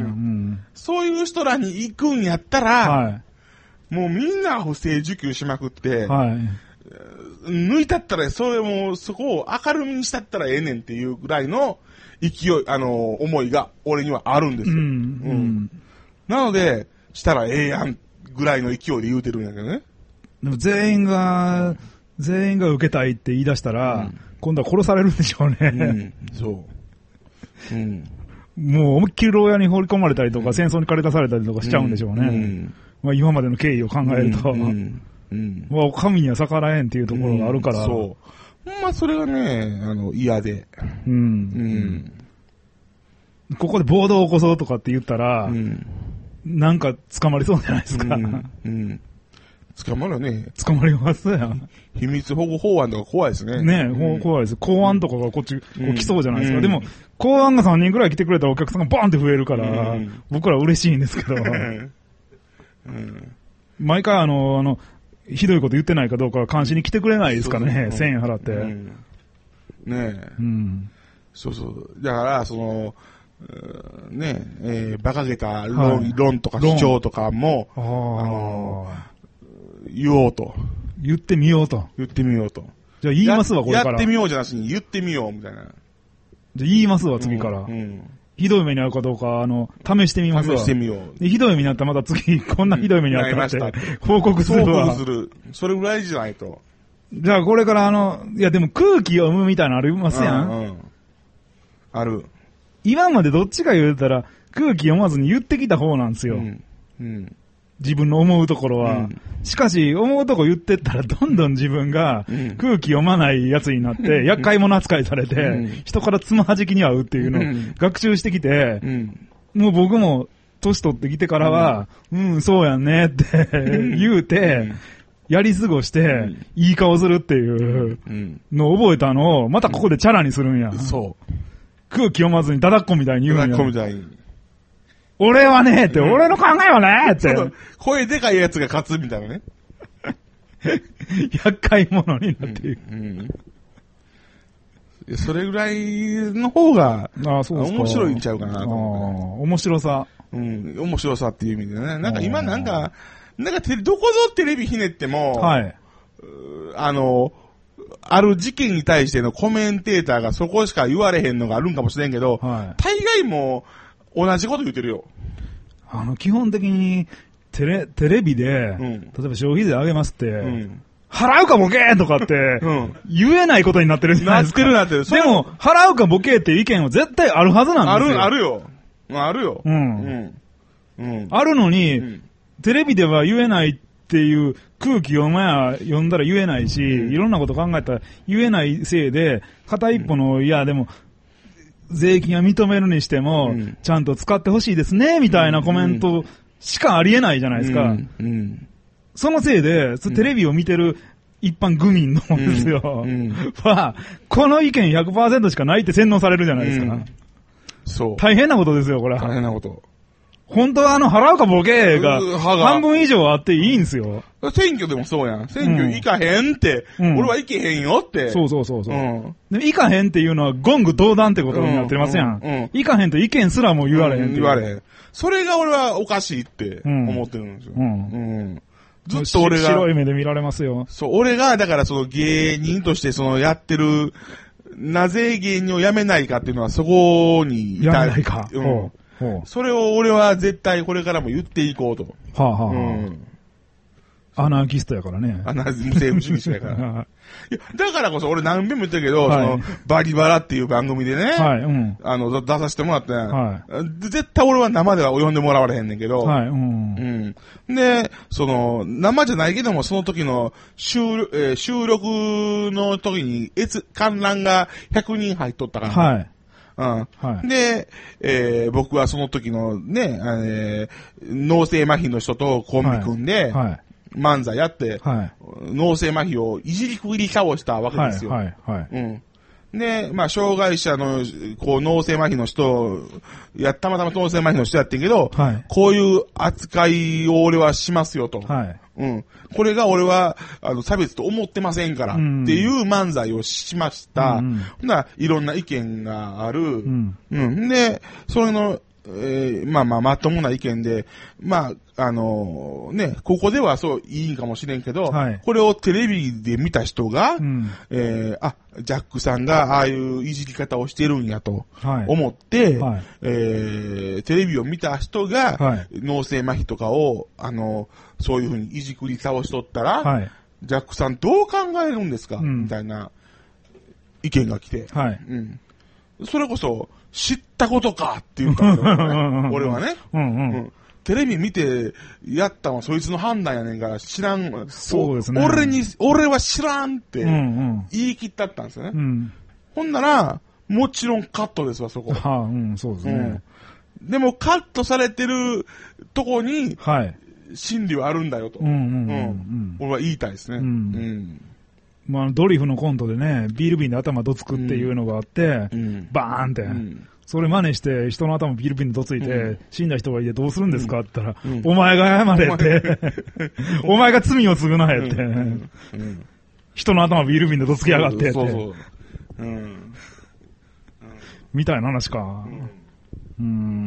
B: そういう人らに行くんやったら、はい。もうみんな不正受給しまくって、はい。抜いたったら、それも、そこを明るみにしたったらええねんっていうぐらいの、勢い、あの、思いが俺にはあるんですよ。うん。うん、なので、したらええやんぐらいの勢いで言うてるんやけどね。
A: でも全員が、全員が受けたいって言い出したら、うん、今度は殺されるんでしょうね。うん、そう。うん。もう思いっきり牢屋に放り込まれたりとか、うん、戦争に駆り出されたりとかしちゃうんでしょうね。うんうん、まあ今までの経緯を考えると、うんうんうん、まあ神には逆らえんっていうところがあるから。うん、そう。
B: まあ、それがね、あの、嫌で。うん。
A: うん。ここで暴動を起こそうとかって言ったら、うん、なんか捕まりそうじゃないですか。うん。うん、
B: 捕まるね。
A: 捕まりますやん。
B: 秘密保護法案とか怖いですね。
A: ねえ、うん、怖いです。公安とかがこっち、こう来そうじゃないですか。うん、でも、公安がさんにんくらい来てくれたらお客さんがバーンって増えるから、うん、僕ら嬉しいんですけど。うん、毎回あの、あの、ひどいこと言ってないかどうかは監視に来てくれないですかね、うん、せんえん払って。うん、
B: ねえ。うん。そうそう。だから、その、ねえ、えー、馬鹿げた論、はい、論とか主張とかも、あの言おうと。
A: 言ってみようと。
B: 言ってみようと。
A: じゃあ言いますわ、これから。
B: やってみようじゃなしに言ってみよう、みたいな。
A: じゃあ言いますわ、次から。うん。うん、ひどい目に遭うかどうか、あの、試してみますわ。
B: 試してみよう。
A: でひどい目に遭ったらまた次、こんなひどい目に遭ったって、報告するわ。
B: 報告する。それぐらいじゃないと。
A: じゃあこれからあの、いやでも空気を読むみたいなのありますやん。うん、うん。
B: ある。
A: 今までどっちか言うたら、空気読まずに言ってきた方なんですよ。うん。うん。自分の思うところは。うん、しかし、思うとこ言ってったら、どんどん自分が空気読まないやつになって、うん、厄介者扱いされて、うん、人からつまはじきに遭うっていうのを学習してきて、うん、もう僕も年取ってきてからは、うん、うん、そうやんねって言うて、やり過ごして、いい顔するっていうのを覚えたのを、またここでチャラにするんや。そう。空気読まずにダダっこみたいに言うんや。ダダっこみたいに。 俺はね、って、俺の考えはね、って。
B: 声でかいやつが勝つみたいなね。
A: 厄介者になっている。
B: うんうん、それぐらいの方が、ああ、そうですか。面白いんちゃうかなと思
A: って。面白さ。
B: うん、面白さっていう意味でね。なんか今なんか、なんかテレ、どこぞテレビひねっても、はい。あの、ある事件に対してのコメンテーターがそこしか言われへんのがあるんかもしれんけど、はい、大概も同じこと言ってるよ。
A: あの、基本的に、テレ、テレビで、うん、例えば消費税上げますって、うん、払うかボケーとかって、うん、言えないことになってるじゃないですか。
B: なってるなってる。
A: でも、払うかボケーっていう意見は絶対あるはずなんですよ。
B: ある、あるよ。あるよ。
A: うん。うん。うん、あるのに、うん、テレビでは言えないっていう空気をお前は読んだら言えないし、うん、いろんなこと考えたら言えないせいで、片一歩の、うん、いやでも、税金は認めるにしても、うん、ちゃんと使ってほしいですね、みたいなコメントしかありえないじゃないですか。うんうん、そのせいで、テレビを見てる一般愚民のですよ。うんうん、は、この意見 ひゃくパーセント しかないって洗脳されるじゃないですか。うん、そう。大変なことですよ、これは。
B: 大変なこと。
A: 本当はあの、払うかボケが、半分以上あっていいんですよ。
B: 選挙でもそうやん。選挙行かへんって、うん、俺は行けへんよって。
A: そうそうそうそう、うん。で行かへんっていうのは、言語道断ってことになってますやん。うんうん、行かへんと意見すらも言われへんって、うん、
B: 言われへん。それが俺はおかしいって思ってるんですよ。うん。うん、ずっと俺が。
A: 白い目で見られますよ。
B: そう、俺が、だからその芸人としてそのやってる、なぜ芸人を辞めないかっていうのはそこにいた。
A: 辞めないか。うん。
B: それを俺は絶対これからも言っていこうと。はあはあはあ、うん、
A: アナーキストやからね。
B: アナー無政府主義者やから。いやだからこそ俺何遍も言ったけど、はい、そのバリバラっていう番組でね、はいうん、あの出させてもらって、はい、絶対俺は生では呼んでもらわれへんねんけど、はいうんうん、で、その生じゃないけどもその時の収、えー、収録の時に閲観覧がひゃくにん入っとったから、はいうんはい、で、えー、僕はその時のね、えー、脳性麻痺の人とコンビ組んで、はいはい、漫才やって、はい、脳性麻痺をいじりくり倒したわけですよ。はいはいはいうん、で、まあ、障害者の、こう、脳性麻痺の人、いや、たまたま脳性麻痺の人やってんけど、はい、こういう扱いを俺はしますよと。はいうん。これが俺は、あの、差別と思ってませんから、っていう漫才をしました。うん。ほんなら、いろんな意見がある。うん。うん。で、それの、えー、まあまあ、まともな意見で、まあ、あのー、ね、ここではそういいんかもしれんけど、はい、これをテレビで見た人が、うん、えー、あ、ジャックさんがああいういじり方をしてるんやと思って、はいはい、えー、テレビを見た人が、はい、脳性麻痺とかを、あのー、そういうふうにいじくり倒しとったら、はい、ジャックさんどう考えるんですか、うん、みたいな意見が来て、はいうん、それこそ、知ったことかって言ったんだよね。俺はね、うんうんうん。テレビ見てやったのはそいつの判断やねんから知らん。そうですね。俺に、俺は知らんって言い切ったったんですよね。うんうん、ほんなら、もちろんカットですわ、そこ。はあ、うん、そうですね、うん。でもカットされてるとこに、はい、真理はあるんだよと。うんうんうんうん、俺は言いたいですね。うんうん
A: まあ、ドリフのコントでね、ビール瓶で頭どつくっていうのがあって、うん、バーンって、うん、それ真似して人の頭ビール瓶でどついて、うん、死んだ人がいてどうするんですかって言ったら、うん、お前が謝れって、お前が罪を償えって、うんうん、人の頭ビール瓶でどつきやがってって、そうそううん、みたいな話か。うん、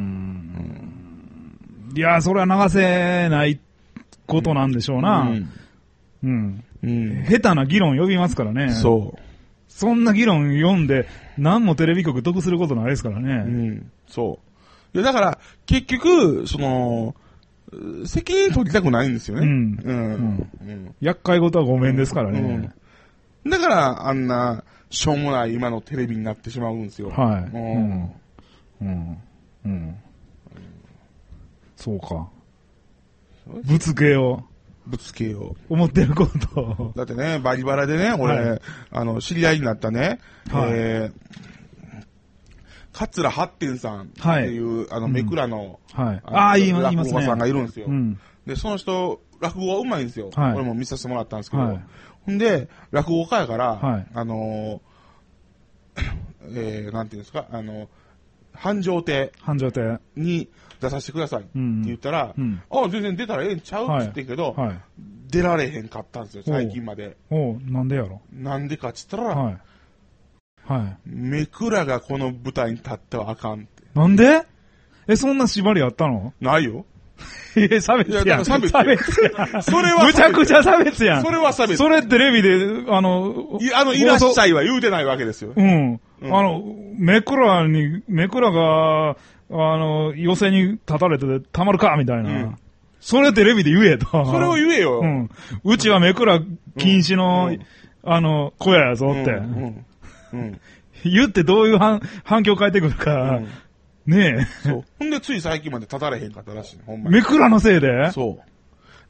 A: うんいや、それは流せないことなんでしょうな。うんうんうん、下手な議論呼びますからね。そう。そんな議論読んで、何もテレビ局得することないですからね。
B: うん。そう。いや、だから、結局、その、責任取りたくないんですよね。うん。うん。うん
A: うん、厄介事はごめんですからね。
B: うん、だから、あんな、しょうもない今のテレビになってしまうんですよ。はい。うん。うん。うん。
A: そうか。ぶつけよう。
B: ぶつけよ
A: う。思ってること
B: だってね、バリバラでね、俺、はい、あの、知り合いになったね、はい、えー、桂八天さんっていう、はい、あの、めくらの、うん、はい、ああ、言いますね。落語家さんがいるんですよ。うん、で、その人、落語がうまいんですよ。はい、俺も見させてもらったんですけど、はい、ほんで、落語家やから、はい、あのー、えー、なんていうんですか、あの、 繁盛亭。
A: 繁盛亭。
B: に出させてくださいって言ったら、うんうん、あ、全然出たらええんちゃうって言ってんけど、はいはい、出られへんかったんですよ、最近まで。
A: おう、なんでやろ。
B: なんでかって言ったら、
A: はい。はい。
B: めくらがこの舞台に立ってはあかんって。
A: なんで？え、そんな縛りあったの？
B: ないよ。
A: え、差別やん。いや、
B: 差別やん。それは
A: むちゃくちゃ差別やん。
B: それは差別。
A: それテレビで、あの、
B: い、あの、いらっしゃいは言うてないわけですよ。
A: うん。うん、あの、めくらに、めくらが、あの、寄せに立たれてたまるかみたいな。うん、それテレビで言えと。
B: それを言えよ。
A: うん。うちはめくら禁止の、うん、あの、小屋やぞって。うん。うんうん、言ってどういう反、反響変えてくるか。うんね
B: え。そう。ほんで、つい最近まで立たれへんかったらしい、ほんま
A: に。めくらのせいで？
B: そう。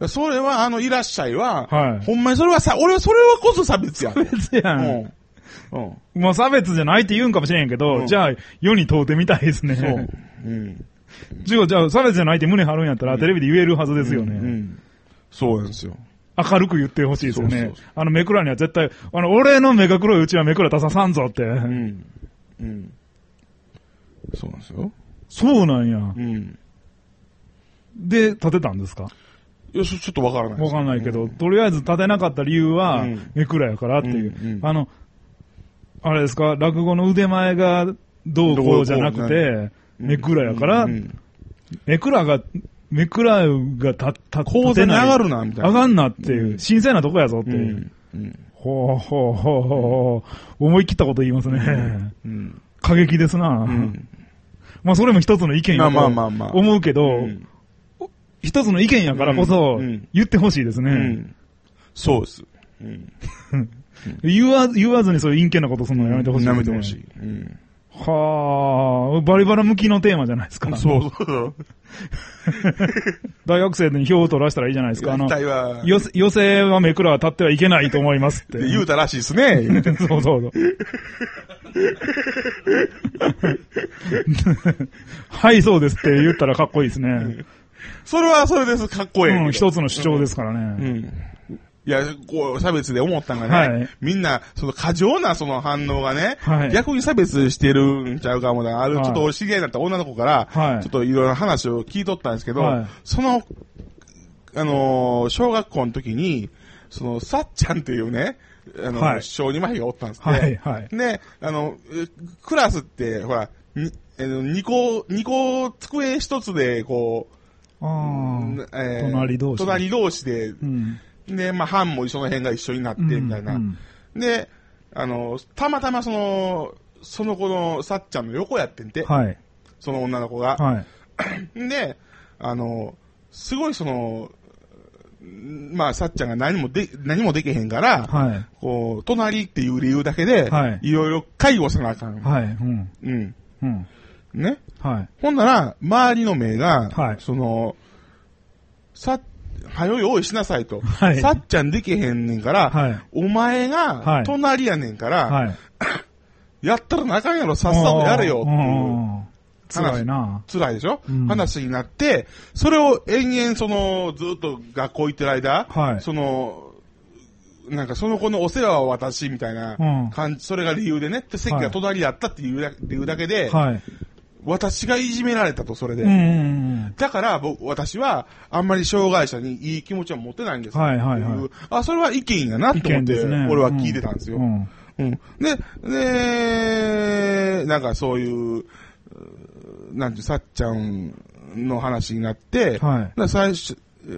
B: それは、あの、いらっしゃいは、はい。ほんまにそれはさ、俺はそれはこそ差別やん。
A: 差別やん。うん。うん。まあ差別じゃないって言うんかもしれんけど、うん、じゃあ、世に問うてみたいですね。そう。うん。じゃあ、じゃあ、差別じゃないって胸張るんやったら、うん、テレビで言えるはずですよね。うん。うん、
B: そうなんですよ。
A: 明るく言ってほしいですよね。そうそうそう。あの、めくらには絶対、あの、俺の目が黒いうちはめくら出ささんぞって。うん。うん。
B: そうなんですよ。
A: そうなんや。うん。で、立てたんですか？
B: いや、ちょっとわからない。
A: わからないけど、うん、とりあえず立てなかった理由は、うん、めくらやからっていう、うんうん。あの、あれですか、落語の腕前がどうこうじゃなくて、めくらやから、うんうん、めくらが、めくらがた、た、
B: 講座に上がるな、みたいな。
A: 上がんなっていう、うん、神聖なとこやぞっていう。うんうん、ほうほうほうほう、思い切ったこと言いますね。うんうん、過激ですな。うんまあそれも一つの意見やと思うけど、一つの意見やからこそ言ってほしいですね。うんうん、
B: そうです。うん、
A: 言わ、言わずにそういう陰険なことするのやめてほしい、ね。
B: やめてほしい。うん、
A: はあ、バリバラ向きのテーマじゃないですか。
B: そうそうそう。
A: 大学生に票を取らせたらいいじゃないですか。あの、寄席はめくらは立ってはいけないと思いますって。
B: 言うたらしいですね。
A: そうそうそう。はい、そうですって言ったらかっこいいですね。
B: それはそれです。かっこいい。
A: うん、一つの主張ですからね。うん。
B: いや、こう、差別で思ったんがね、はい、みんな、その過剰なその反応がね、はい、逆に差別してるんちゃうかもな。ある、ちょっとお知り合いになった女の子から、はい、ちょっといろいろ話を聞いとったんですけど、はい、その、あのー、小学校の時に、その、さっちゃんっていうね、あの、はい、小児麻痺がおったんですね。はい、はい。で、あの、クラスって、ほら、に、二個、二個机一つで、こう、
A: あえー、隣同士。
B: 隣同士で、うんで、まあ、班もその辺が一緒になって、みたいな、うんうん。で、あの、たまたまその、その子のさっちゃんの横やってんて。はい。その女の子が。はい。で、あの、すごいその、まあ、さっちゃんが何もで、何もできへんから、はい。こう、隣っていう理由だけで、はい。いろいろ介護さなあかん。はい。うん。うん。うん。ね。はい。ほんなら、周りの目が、はい。その、さっはよ用意しなさいと。はい。さっちゃんできへんねんから、はい。お前が、隣やねんから、はい。やったらなあかんやろ、さっさとやれよっていう。
A: 辛いな。
B: 辛いでしょ、うん、話になって、それを延々その、ずっと学校行ってる間、はい。その、なんかその子のお世話は私みたいな感じ、うん、それが理由でね、って席が隣だったっていうだ、理由だけで、はい。私がいじめられたと、それで。うんうんうん、だから、僕、私は、あんまり障害者にいい気持ちは持てないんですよ。はいはいはい。あ、それは意見やなと思って、ね、俺は聞いてたんですよ。うんうん、で、で、なんかそういう、なんて、さっちゃんの話になって、はい、最初、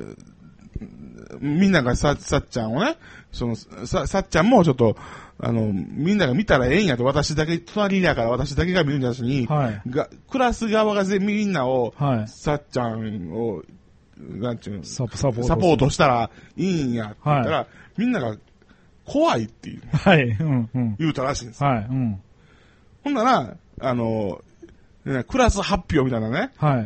B: みんながさ、さっちゃんをね、その、さ、さっちゃんもちょっと、あの、みんなが見たらええんやと、私だけ、隣だから私だけが見るんじゃなしに、はい、が、クラス側がみんなを、はい、さっちゃんを、なんちゅうの、サポート。サポートしたらいいんやって言ったら、はい、みんなが怖いっていう。はい、うんうん。言うたらしいんですよ。はい、うん。ほんなら、あの、クラス発表みたいなね、はい、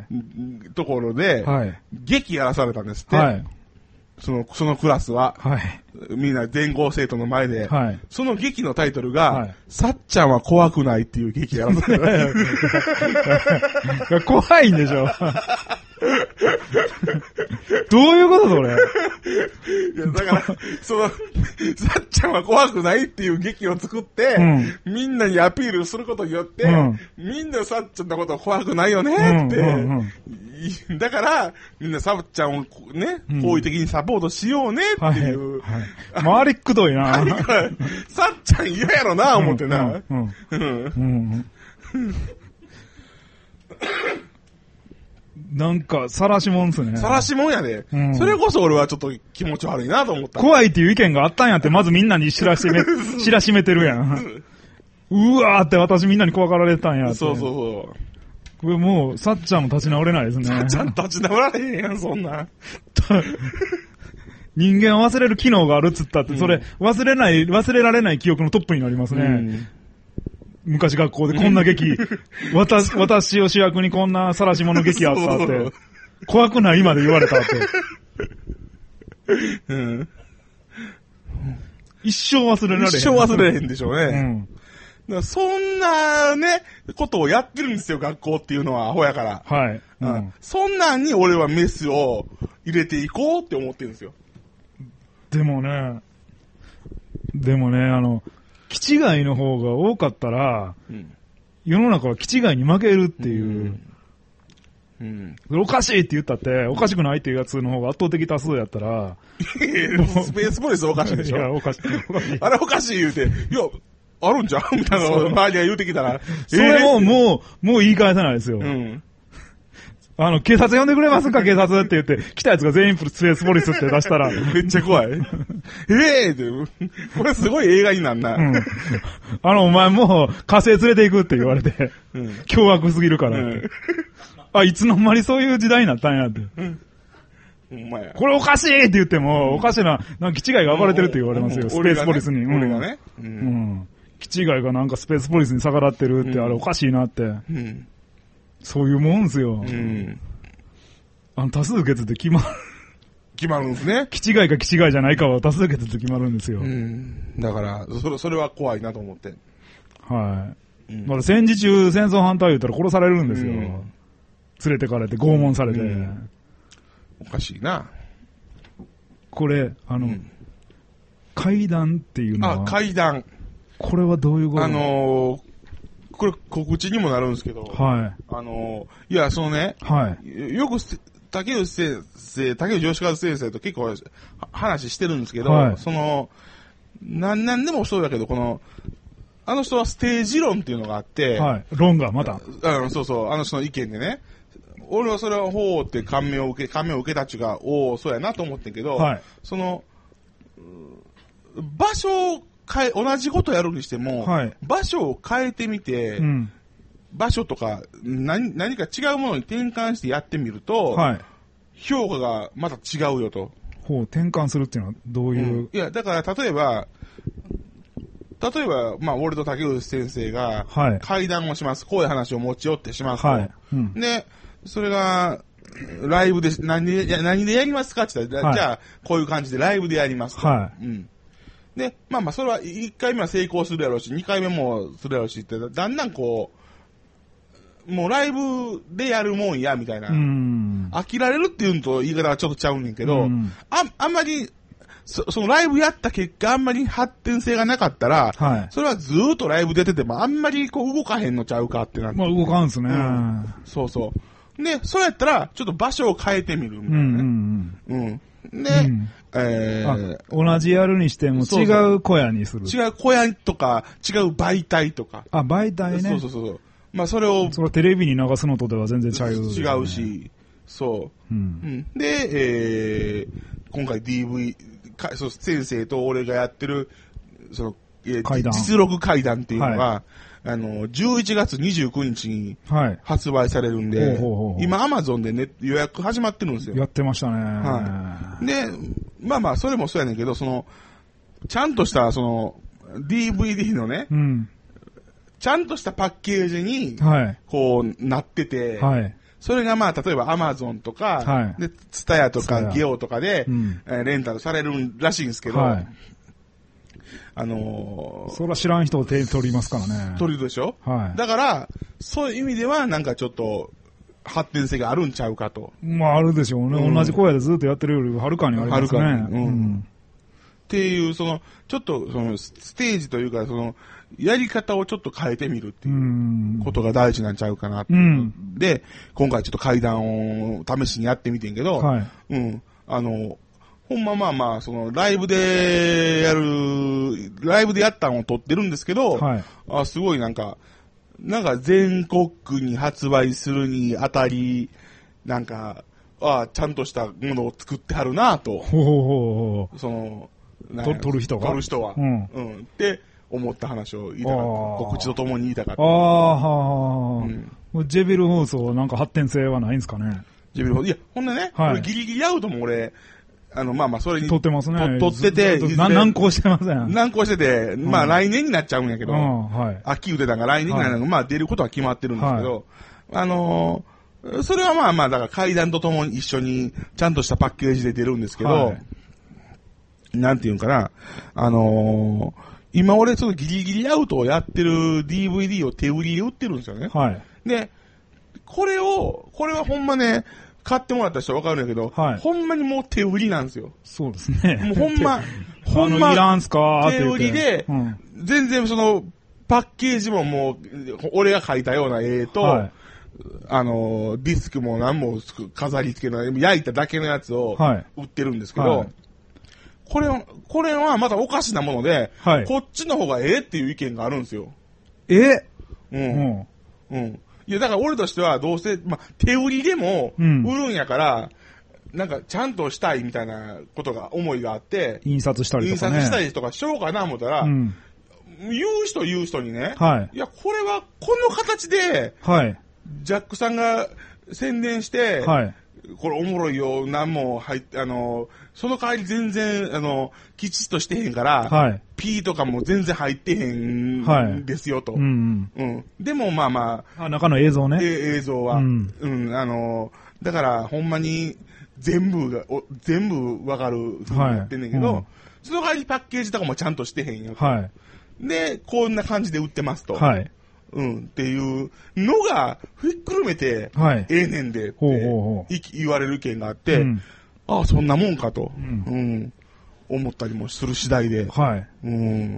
B: ところで、はい、劇やらされたんですって。はい。その、そのクラスは、はい、みんな全校生徒の前で、はい、その劇のタイトルが、はい、さっちゃんは怖くないっていう劇やらされた。
A: 怖いんでしょ。 どういうことそれ。
B: いや、だから、その、さっちゃんは怖くないっていう劇を作って、うん、みんなにアピールすることによって、うん、みんなさっちゃんのことは怖くないよねって、うんうんうん、だから、みんなさっちゃんをね、好意的にサポートしようねっていう。
A: はいはい、回りくどいな。
B: さっちゃん嫌やろな、思ってな。
A: なんか、さらしもんすね。
B: さらしもんやで、うん。それこそ俺はちょっと気持ち悪いなと思った。
A: 怖いっていう意見があったんやって、まずみんなに知らしめ、知らしめてるやん。うわーって私みんなに怖がられたんやって。
B: そうそうそう。
A: これもう、さっちゃんも立ち直れないですね。
B: さっちゃん立ち直られへんやん、そんな。
A: 人間を忘れる機能があるっつったって、それ、忘れない、忘れられない記憶のトップになりますね。うん昔学校でこんな劇、私、私を主役にこんな晒し者劇あったって、怖くない今で言われたって。うん、一生忘れられへん。
B: 一生忘れへんでしょうね。うん、だからそんなね、ことをやってるんですよ、学校っていうのは、アホやから。
A: はい。
B: うん、そんなんに俺はメスを入れていこうって思ってるんですよ。
A: でもね、でもね、あの、気違いの方が多かったら、うん、世の中は気違いに負けるっていう、うんうん、おかしいって言ったって、おかしくないっていうやつの方が圧倒的多数やったら、
B: スペースポリスおかしいでしょ。
A: いや、おかしい。
B: あれおかしい言うて、いや、あるんじゃんみたいなのを周りが言うてきたら、
A: それをもう、もう言い返さないですよ。うんあの、警察呼んでくれますか警察って言って、来たやつが全員スペースポリスって出したら。
B: めっちゃ怖い。ええー、って、これすごい映画になんな。うん、
A: あの、お前もう火星連れて行くって言われて、うん、凶悪すぎるからって、うん。あ、いつの間にそういう時代になったんやって。うんお前これおかしいって言っても、うん、おかしいな、なんか気違いが暴れてるって言われますよ、スペースポリスに。
B: 俺がね。
A: うん。うん、気違いがなんかスペースポリスに逆らってるって、あれおかしいなって。うんそういうもんすよ。うん。あの、多数決で決まる。
B: 決まるんですね。
A: 気違いか気違いじゃないかは多数決で決まるんですよ。う
B: ん。だから、それ、それは怖いなと思って。
A: はい。うん、だから戦時中戦争反対言ったら殺されるんですよ。うん、連れてかれて拷問されて。うん、
B: おかしいな。
A: これ、あの、うん、階段っていうのは。
B: あ、階段。
A: これはどういうこと
B: あのー、これ告知にもなるんですけど、はい。あの、いや、そのね、はい。よく、竹内先生、竹内義和先生と結構話してるんですけど、はい。その、なん、なんでもそうだけど、この、あの人はステージ論っていうのがあって、
A: はい。論がまた。
B: うん、そうそう、あの人の意見でね、俺はそれはほうって感銘を受け、感銘を受けたちが、おお、そうやなと思ってんけど、はい。その、場所を変え、同じことやるにしても、はい、場所を変えてみて、うん、場所とか何、何か違うものに転換してやってみると、はい、評価がまた違うよと。
A: ほう、転換するっていうのはどういう、うん、
B: いや、だから例えば、例えば、まあ、俺と竹内先生が、会談をします。こういう話を持ち寄ってしますと。はいうん、で、それが、ライブで、何で、何でやりますかって言ったら、はい、じゃあ、こういう感じでライブでやりますと。はい。うんで、まあまあ、それはいっかいめは成功するやろうし、にかいめもするやろうしって、だんだんこう、もうライブでやるもんや、みたいな。飽きられるっていうのと言い方はちょっとちゃうねんけど、あ、あんまりそ、そのライブやった結果、あんまり発展性がなかったら、はい、それはずーっとライブ出てても、あんまりこう動かへんのちゃうかってなって。
A: まあ動かんすね、うん。
B: そうそう。で、そうやったら、ちょっと場所を変えてみるみたいなね。うん、うんうんで、うん、え
A: ー、同じやるにしても違う小屋にする。
B: そうそう違う小屋とか、違う媒体とか。
A: あ、媒体ね。
B: そうそうそう。まあそれを。
A: それテレビに流すのとでは全然違う、
B: ね。違うし、そう。うん、うん、で、えー、今回 ディーブイ、かそう先生と俺がやってる、その、えー、実録会談っていうのが、はいあの、じゅういちがつにじゅうくにちに発売されるんで、はい、ほうほうほう今アマゾンでね、予約始まってるんですよ。
A: やってましたね。
B: はい。で、まあまあ、それもそうやねんけど、その、ちゃんとした、その、ディーブイディー のね、うん、ちゃんとしたパッケージに、こう、なってて、はい、それがまあ、例えばアマゾンとか、はい、で、ツタヤとかゲオとかで、うん、えー、レンタルされるらしいんですけど、はいあのー、
A: それは知らん人を手に取りますからね。
B: 取るでしょはい。だから、そういう意味では、なんかちょっと、 発展性があるんちゃうかと。
A: まああるでしょうね。うん、同じ荒野でずっとやってるよりはるかにありますね。はるかに。うん。うん、
B: っていう、その、ちょっと、その、ステージというか、その、やり方をちょっと変えてみるっていうことが大事なんちゃうかなって。うん、で、今回ちょっと階段を試しにやってみてんけど、はい、うん。あの、ほんままあまあ、その、ライブでやる、ライブでやったのを撮ってるんですけど、はい、あすごいなんか、なんか全国区に発売するにあたり、なんか、ああ、ちゃんとしたものを作ってはるなぁと。ほうほうほう。その、
A: 撮る人が
B: 撮る人は。うん。うん。って思った話を言いたかった。告知とともに言いたかった。ああ、は
A: あ、うん。ジェビル放送なんか発展性はないんですかね。
B: ジェビル放送。いや、ほんでね、はい、ギリギリアウトも俺、あの、まあまあ、それに。
A: 撮ってますね。
B: 撮ってて、
A: 難航してません。
B: 難航してて、まあ来年になっちゃうんやけど、はい、秋打てたんが来年になるのが、まあ出ることは決まってるんですけど、あのー、それはまあまあ、だから階段とともに一緒にちゃんとしたパッケージで出るんですけど、はい、なんていうんかな、あのー、今俺そのギリギリアウトをやってる ディーブイディー を手売りで売ってるんですよね。はい。で、これを、これはほんまね、買ってもらった人はわかるんだけど、はい、ほんまにもう手売りなんですよ。
A: そうですね。
B: もうほんま、ほんま、
A: いらんすか
B: 手売りで、うん、全然その、パッケージももう、俺が描いたような絵と、はい、あの、ディスクも何も飾り付けの、焼いただけのやつを売ってるんですけど、はい、これ、これはまたおかしなもので、はい、こっちの方がええっていう意見があるんですよ。
A: え
B: うん。うん。うんいや、だから俺としてはどうせ、まあ、手売りでも売るんやから、うん、なんかちゃんとしたいみたいなことが、思いがあって、
A: 印刷したりとかね。
B: 印刷したりとかしようかな思ったら、うん、言う人言う人にね、はい、いや、これはこの形で、はい、ジャックさんが宣伝して、はい、これおもろいよ、何も入って、あの、その代わり全然、あの、きちっとしてへんから、はい、P とかも全然入ってへんですよと。はい、うんうん、でもまあま
A: あ。あ、中の映像ね。
B: え映像は、うん。うん。あの、だからほんまに全部が、お全部わかるふうになってんねんけど、はいうん、その代わりパッケージとかもちゃんとしてへんよと。はい、で、こんな感じで売ってますと。はい。うん、っていうのが、ひっくるめて、はい、ええねんでって、ほうほうほう言われる意見があって、うん、ああ、そんなもんかと、うん、うん、思ったりもする次第で。はい。うん。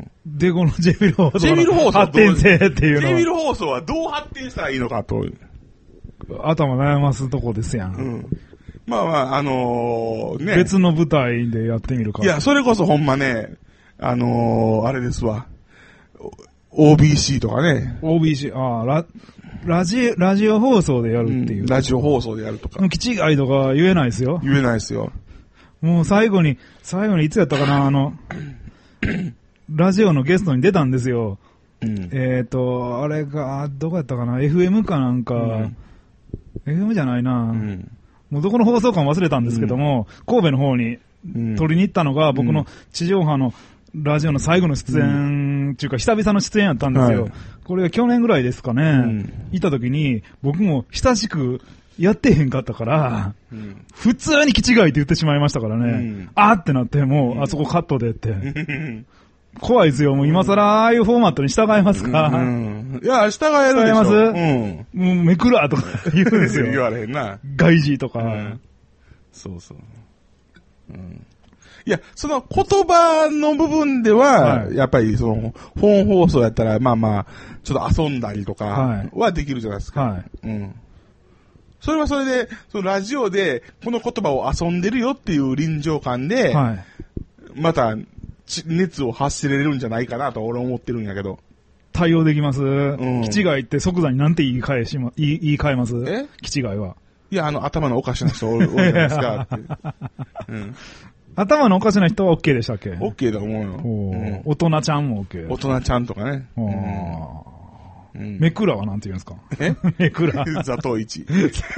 A: で、このジェビル放送
B: ジェビル放送
A: 発展性っていうの
B: ジェビル放送はどう発展したらいいのかと。
A: 頭悩ますとこですやん。うん。
B: まあまあ、あのー、ね。
A: 別の舞台でやってみるか。
B: いや、それこそほんまね、あのー、あれですわ。オービーシー とかね。
A: オービーシー、ああ、ラ、ラジ、ラジオ放送でやるっていう、
B: うん。ラジオ放送でやるとか。
A: 気違いとか言えないですよ。
B: 言えないですよ。
A: もう最後に、最後にいつやったかな、あの、ラジオのゲストに出たんですよ。うん、えっ、ー、と、あれが、どこやったかな、エフエム かなんか、うん、エフエム じゃないな、うん、もうどこの放送かも忘れたんですけども、うん、神戸の方に取りに行ったのが、僕の地上波のラジオの最後の出演、っていうか久々の出演やったんですよ。はい、これが去年ぐらいですかね。うん、行った時に、僕も親しくやってへんかったから、うん、普通に気違いって言ってしまいましたからね。うん、あーってなって、もう、うん、あそこカットでって。怖いですよ。もう今更ああいうフォーマットに従いますか、
B: うんうん、いや、従えるでしょ。
A: 従えます、うん、もうめくらとか言うんですよ。
B: 言われへんな。
A: 外事とか、うん。
B: そうそう。うんいや、その言葉の部分では、はい、やっぱりその、本放送やったら、まあまあ、ちょっと遊んだりとかはできるじゃないですか。はい。うん。それはそれで、そのラジオで、この言葉を遊んでるよっていう臨場感で、はい。また、熱を発せれるんじゃないかなと俺は思ってるんやけど。
A: 対応できます。うん。気違いって即座になんて言い換えしま、言い、言い換えますえ気違いは。
B: いや、あの、頭のおかしな人おるじゃないですか。
A: うん。頭のおかしな人は OK でしたっけ
B: ?OK だと思うよ。
A: うん、大人ちゃんも OK。
B: 大人ちゃんとかね。
A: うん、めくらはなんて言うんですか
B: え
A: めくら。
B: ザトウイチ。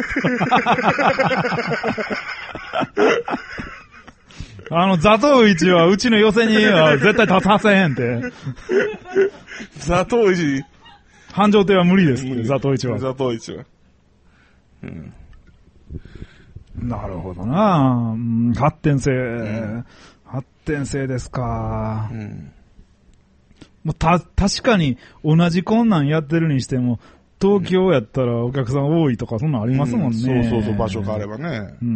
A: あの、ザトウイチはうちの寄せには絶対立たせへんって。
B: ザトウイチ。
A: 繁盛亭は無理ですって、ザトウイチは。
B: ザトウイチは。うん
A: なるほどな、うん、発展性、うん、発展性ですか、うん、もうた確かに同じ困難やってるにしても東京やったらお客さん多いとかそんなんありますもんね。
B: うん、そうそうそう、場所変わればね。うん。うん。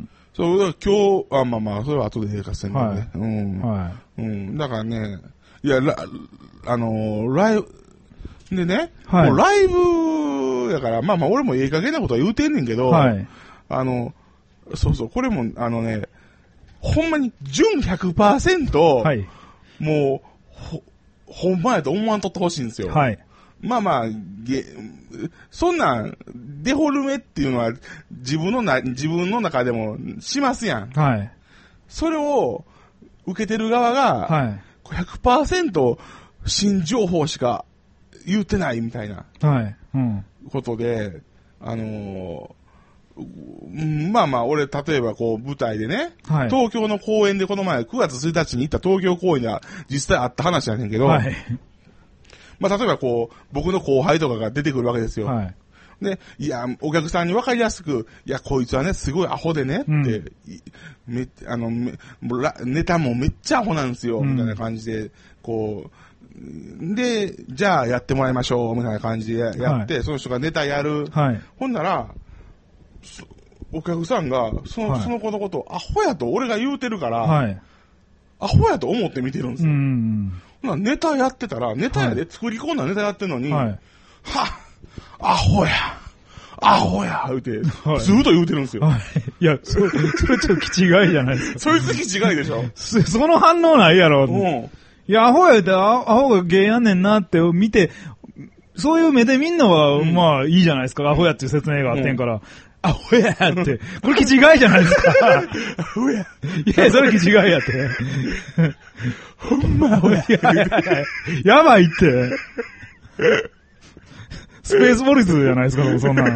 B: そう、だから今日、あ、まあまあ、それは後で映画せんのね。はい、うん。はい。うん。だからね、いや、らあのー、ライブ、でね、はい、もうライブやから、まあまあ俺もええ加減なことは言うてんねんけど、はい、あの、そうそう、これも、あのね、ほんまに純 ひゃくパーセント、はい、もう、ほ、ほんまやと思わんとってほしいんですよ。はい、まあまあ、げ、そんなん、デフォルメっていうのは自分のな、自分の中でもしますやん。はい、それを受けてる側が、はい、ひゃくパーセント 新情報しか言ってないみたいな、はい、うん、ことで、あのー、まあまあ、俺、例えばこう、舞台でね、はい、東京の公演でこの前、くがつついたちに行った東京公演が実際あった話やねんけど、はい、まあ、例えばこう、僕の後輩とかが出てくるわけですよ。はい、で、いや、お客さんに分かりやすく、いや、こいつはね、すごいアホでね、って、うん、めあのめネタもめっちゃアホなんですよ、うん、みたいな感じで、こう、で、じゃあやってもらいましょう、みたいな感じでやって、はい、その人がネタやる。はい、ほんなら、お客さんが、その、はい、その子のことをアホやと俺が言うてるから、はい、アホやと思って見てるんですよ。うん、ほなネタやってたら、ネタやで、はい、作り込んだネタやってんのに、はい、はアホやアホや言うて、はい、ずっと言うてるんですよ。はい、
A: いや、それ、それちょっと気違いじゃないですか。
B: そいつ気違いでしょ。
A: その反応ないやろ。うん、いや、アホやで、アホが芸やねんなって見て、そういう目で見んのは、うん、まあいいじゃないですか。アホやっていう説明があってんから。うん、アホやって。これ気違いじゃないですか。
B: アホや。
A: いや、それ気違いやって。
B: ほんまアホや。
A: やばいって。スペースボリスじゃないですか、そんなの。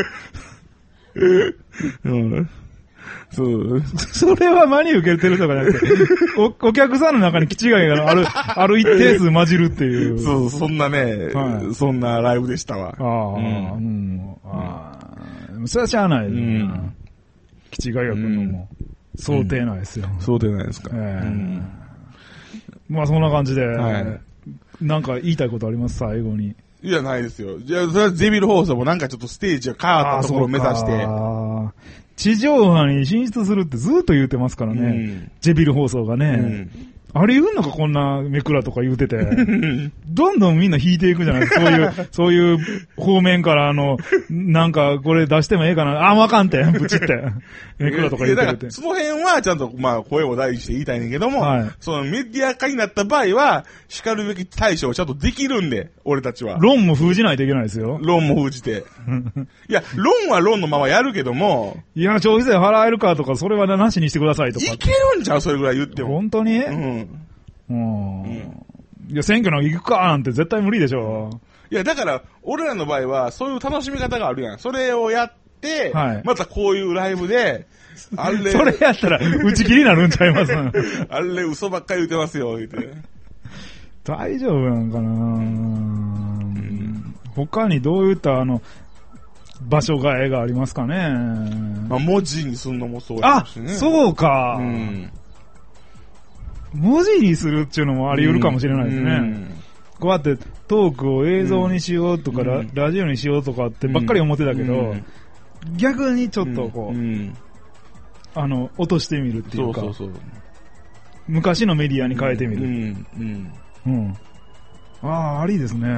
A: うん、そう。それは真に受けてるとかじゃなくて、お、お客さんの中に気違いがある、ある一定数混じるっていう。
B: そう、そんなね、はい、そんなライブでしたわ。ああ、うん。うん、
A: ああ、それはしゃあないですね。うん、気違いが来るのも、想定内ですよ。
B: うん、想定内ですか。えーうん、
A: まあそんな感じで、はい、なんか言いたいことあります最後に。
B: いや、ないですよ。じゃあ、それはゼビル放送もなんかちょっとステージが変わったところを目指して。
A: 地上波に進出するってずっと言ってますからね。うん、ジェビル放送がね。うん、あり得んのかこんなめくらとか言うてて。どんどんみんな引いていくじゃないですか。そういう、そういう方面からあの、なんかこれ出してもええかな。あ、わかんてん、ぶちって。めくらとか言うてて。
B: その辺はちゃんとまあ声を大にして言いたいねんけども、はい、そのメディア化になった場合は、叱るべき対処をちゃんとできるんで、俺たちは。
A: 論も封じないといけないですよ。
B: 論も封じて。いや、論は論のままやるけども。
A: いや、消費税払えるかとか、それはなしにしてくださいとか。
B: いけるんちゃうそれぐらい言っても。
A: 本当にうん。うん。うん、いや、選挙の行くかなんて絶対無理でしょ。
B: いや、だから、俺らの場合は、そういう楽しみ方があるやん。それをやって、はい、またこういうライブで、
A: あれ。それやったら、打ち切りになるんちゃいます
B: あれ、嘘ばっかり言ってますよ、言って。
A: 大丈夫なんかな、うん、他にどういった、あの、場所が絵がありますかね。
B: まあ、文字にするのもそうやしね。
A: あ、そうか。うん、文字にするっていうのもあり得るかもしれないですね。うん、こうやってトークを映像にしようとか、うん、ラ, ラジオにしようとかってばっかり思ってたけど、うん、逆にちょっとこう、うん、あの、落としてみるっていうか、そうそうそう、昔のメディアに変えてみる。うんうんうん、ああ、ありですね。うん、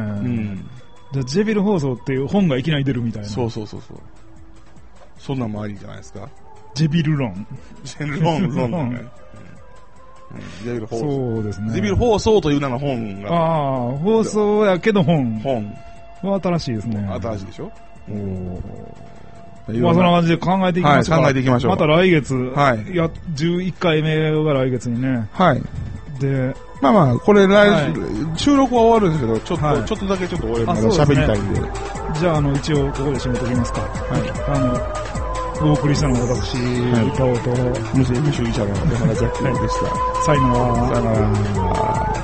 A: じゃあ、ジェビル放送っていう本がいきなり出るみたいな。
B: そうそうそうそう。そんなんもありじゃないですか。
A: ジェビル論。
B: ジェビル論、論だね。ジェビル放送。
A: そうですね。
B: ジェビル放送という名の本が。
A: ああ、放送やけど本。
B: 本。
A: は新しいですね。
B: 新しいでしょ。お
A: ー。まあそんな感じで考えていきましょうか。
B: はい、考えていきましょう。
A: また来月。はい。や、じゅういっかいめが来月にね。
B: はい。
A: で、
B: まあまあ、これ来、はい、収録は終わるんですけど、ちょっと、はい、ちょっとだけちょっと俺まだ喋りたいんで。
A: じゃあ、あの、一応ここで締めときますか。はい。あの、お送りしたのは私、はい、歌おうと、
B: 無事、無主義者の山田ジャックでした。
A: さよなら。
B: さよなら。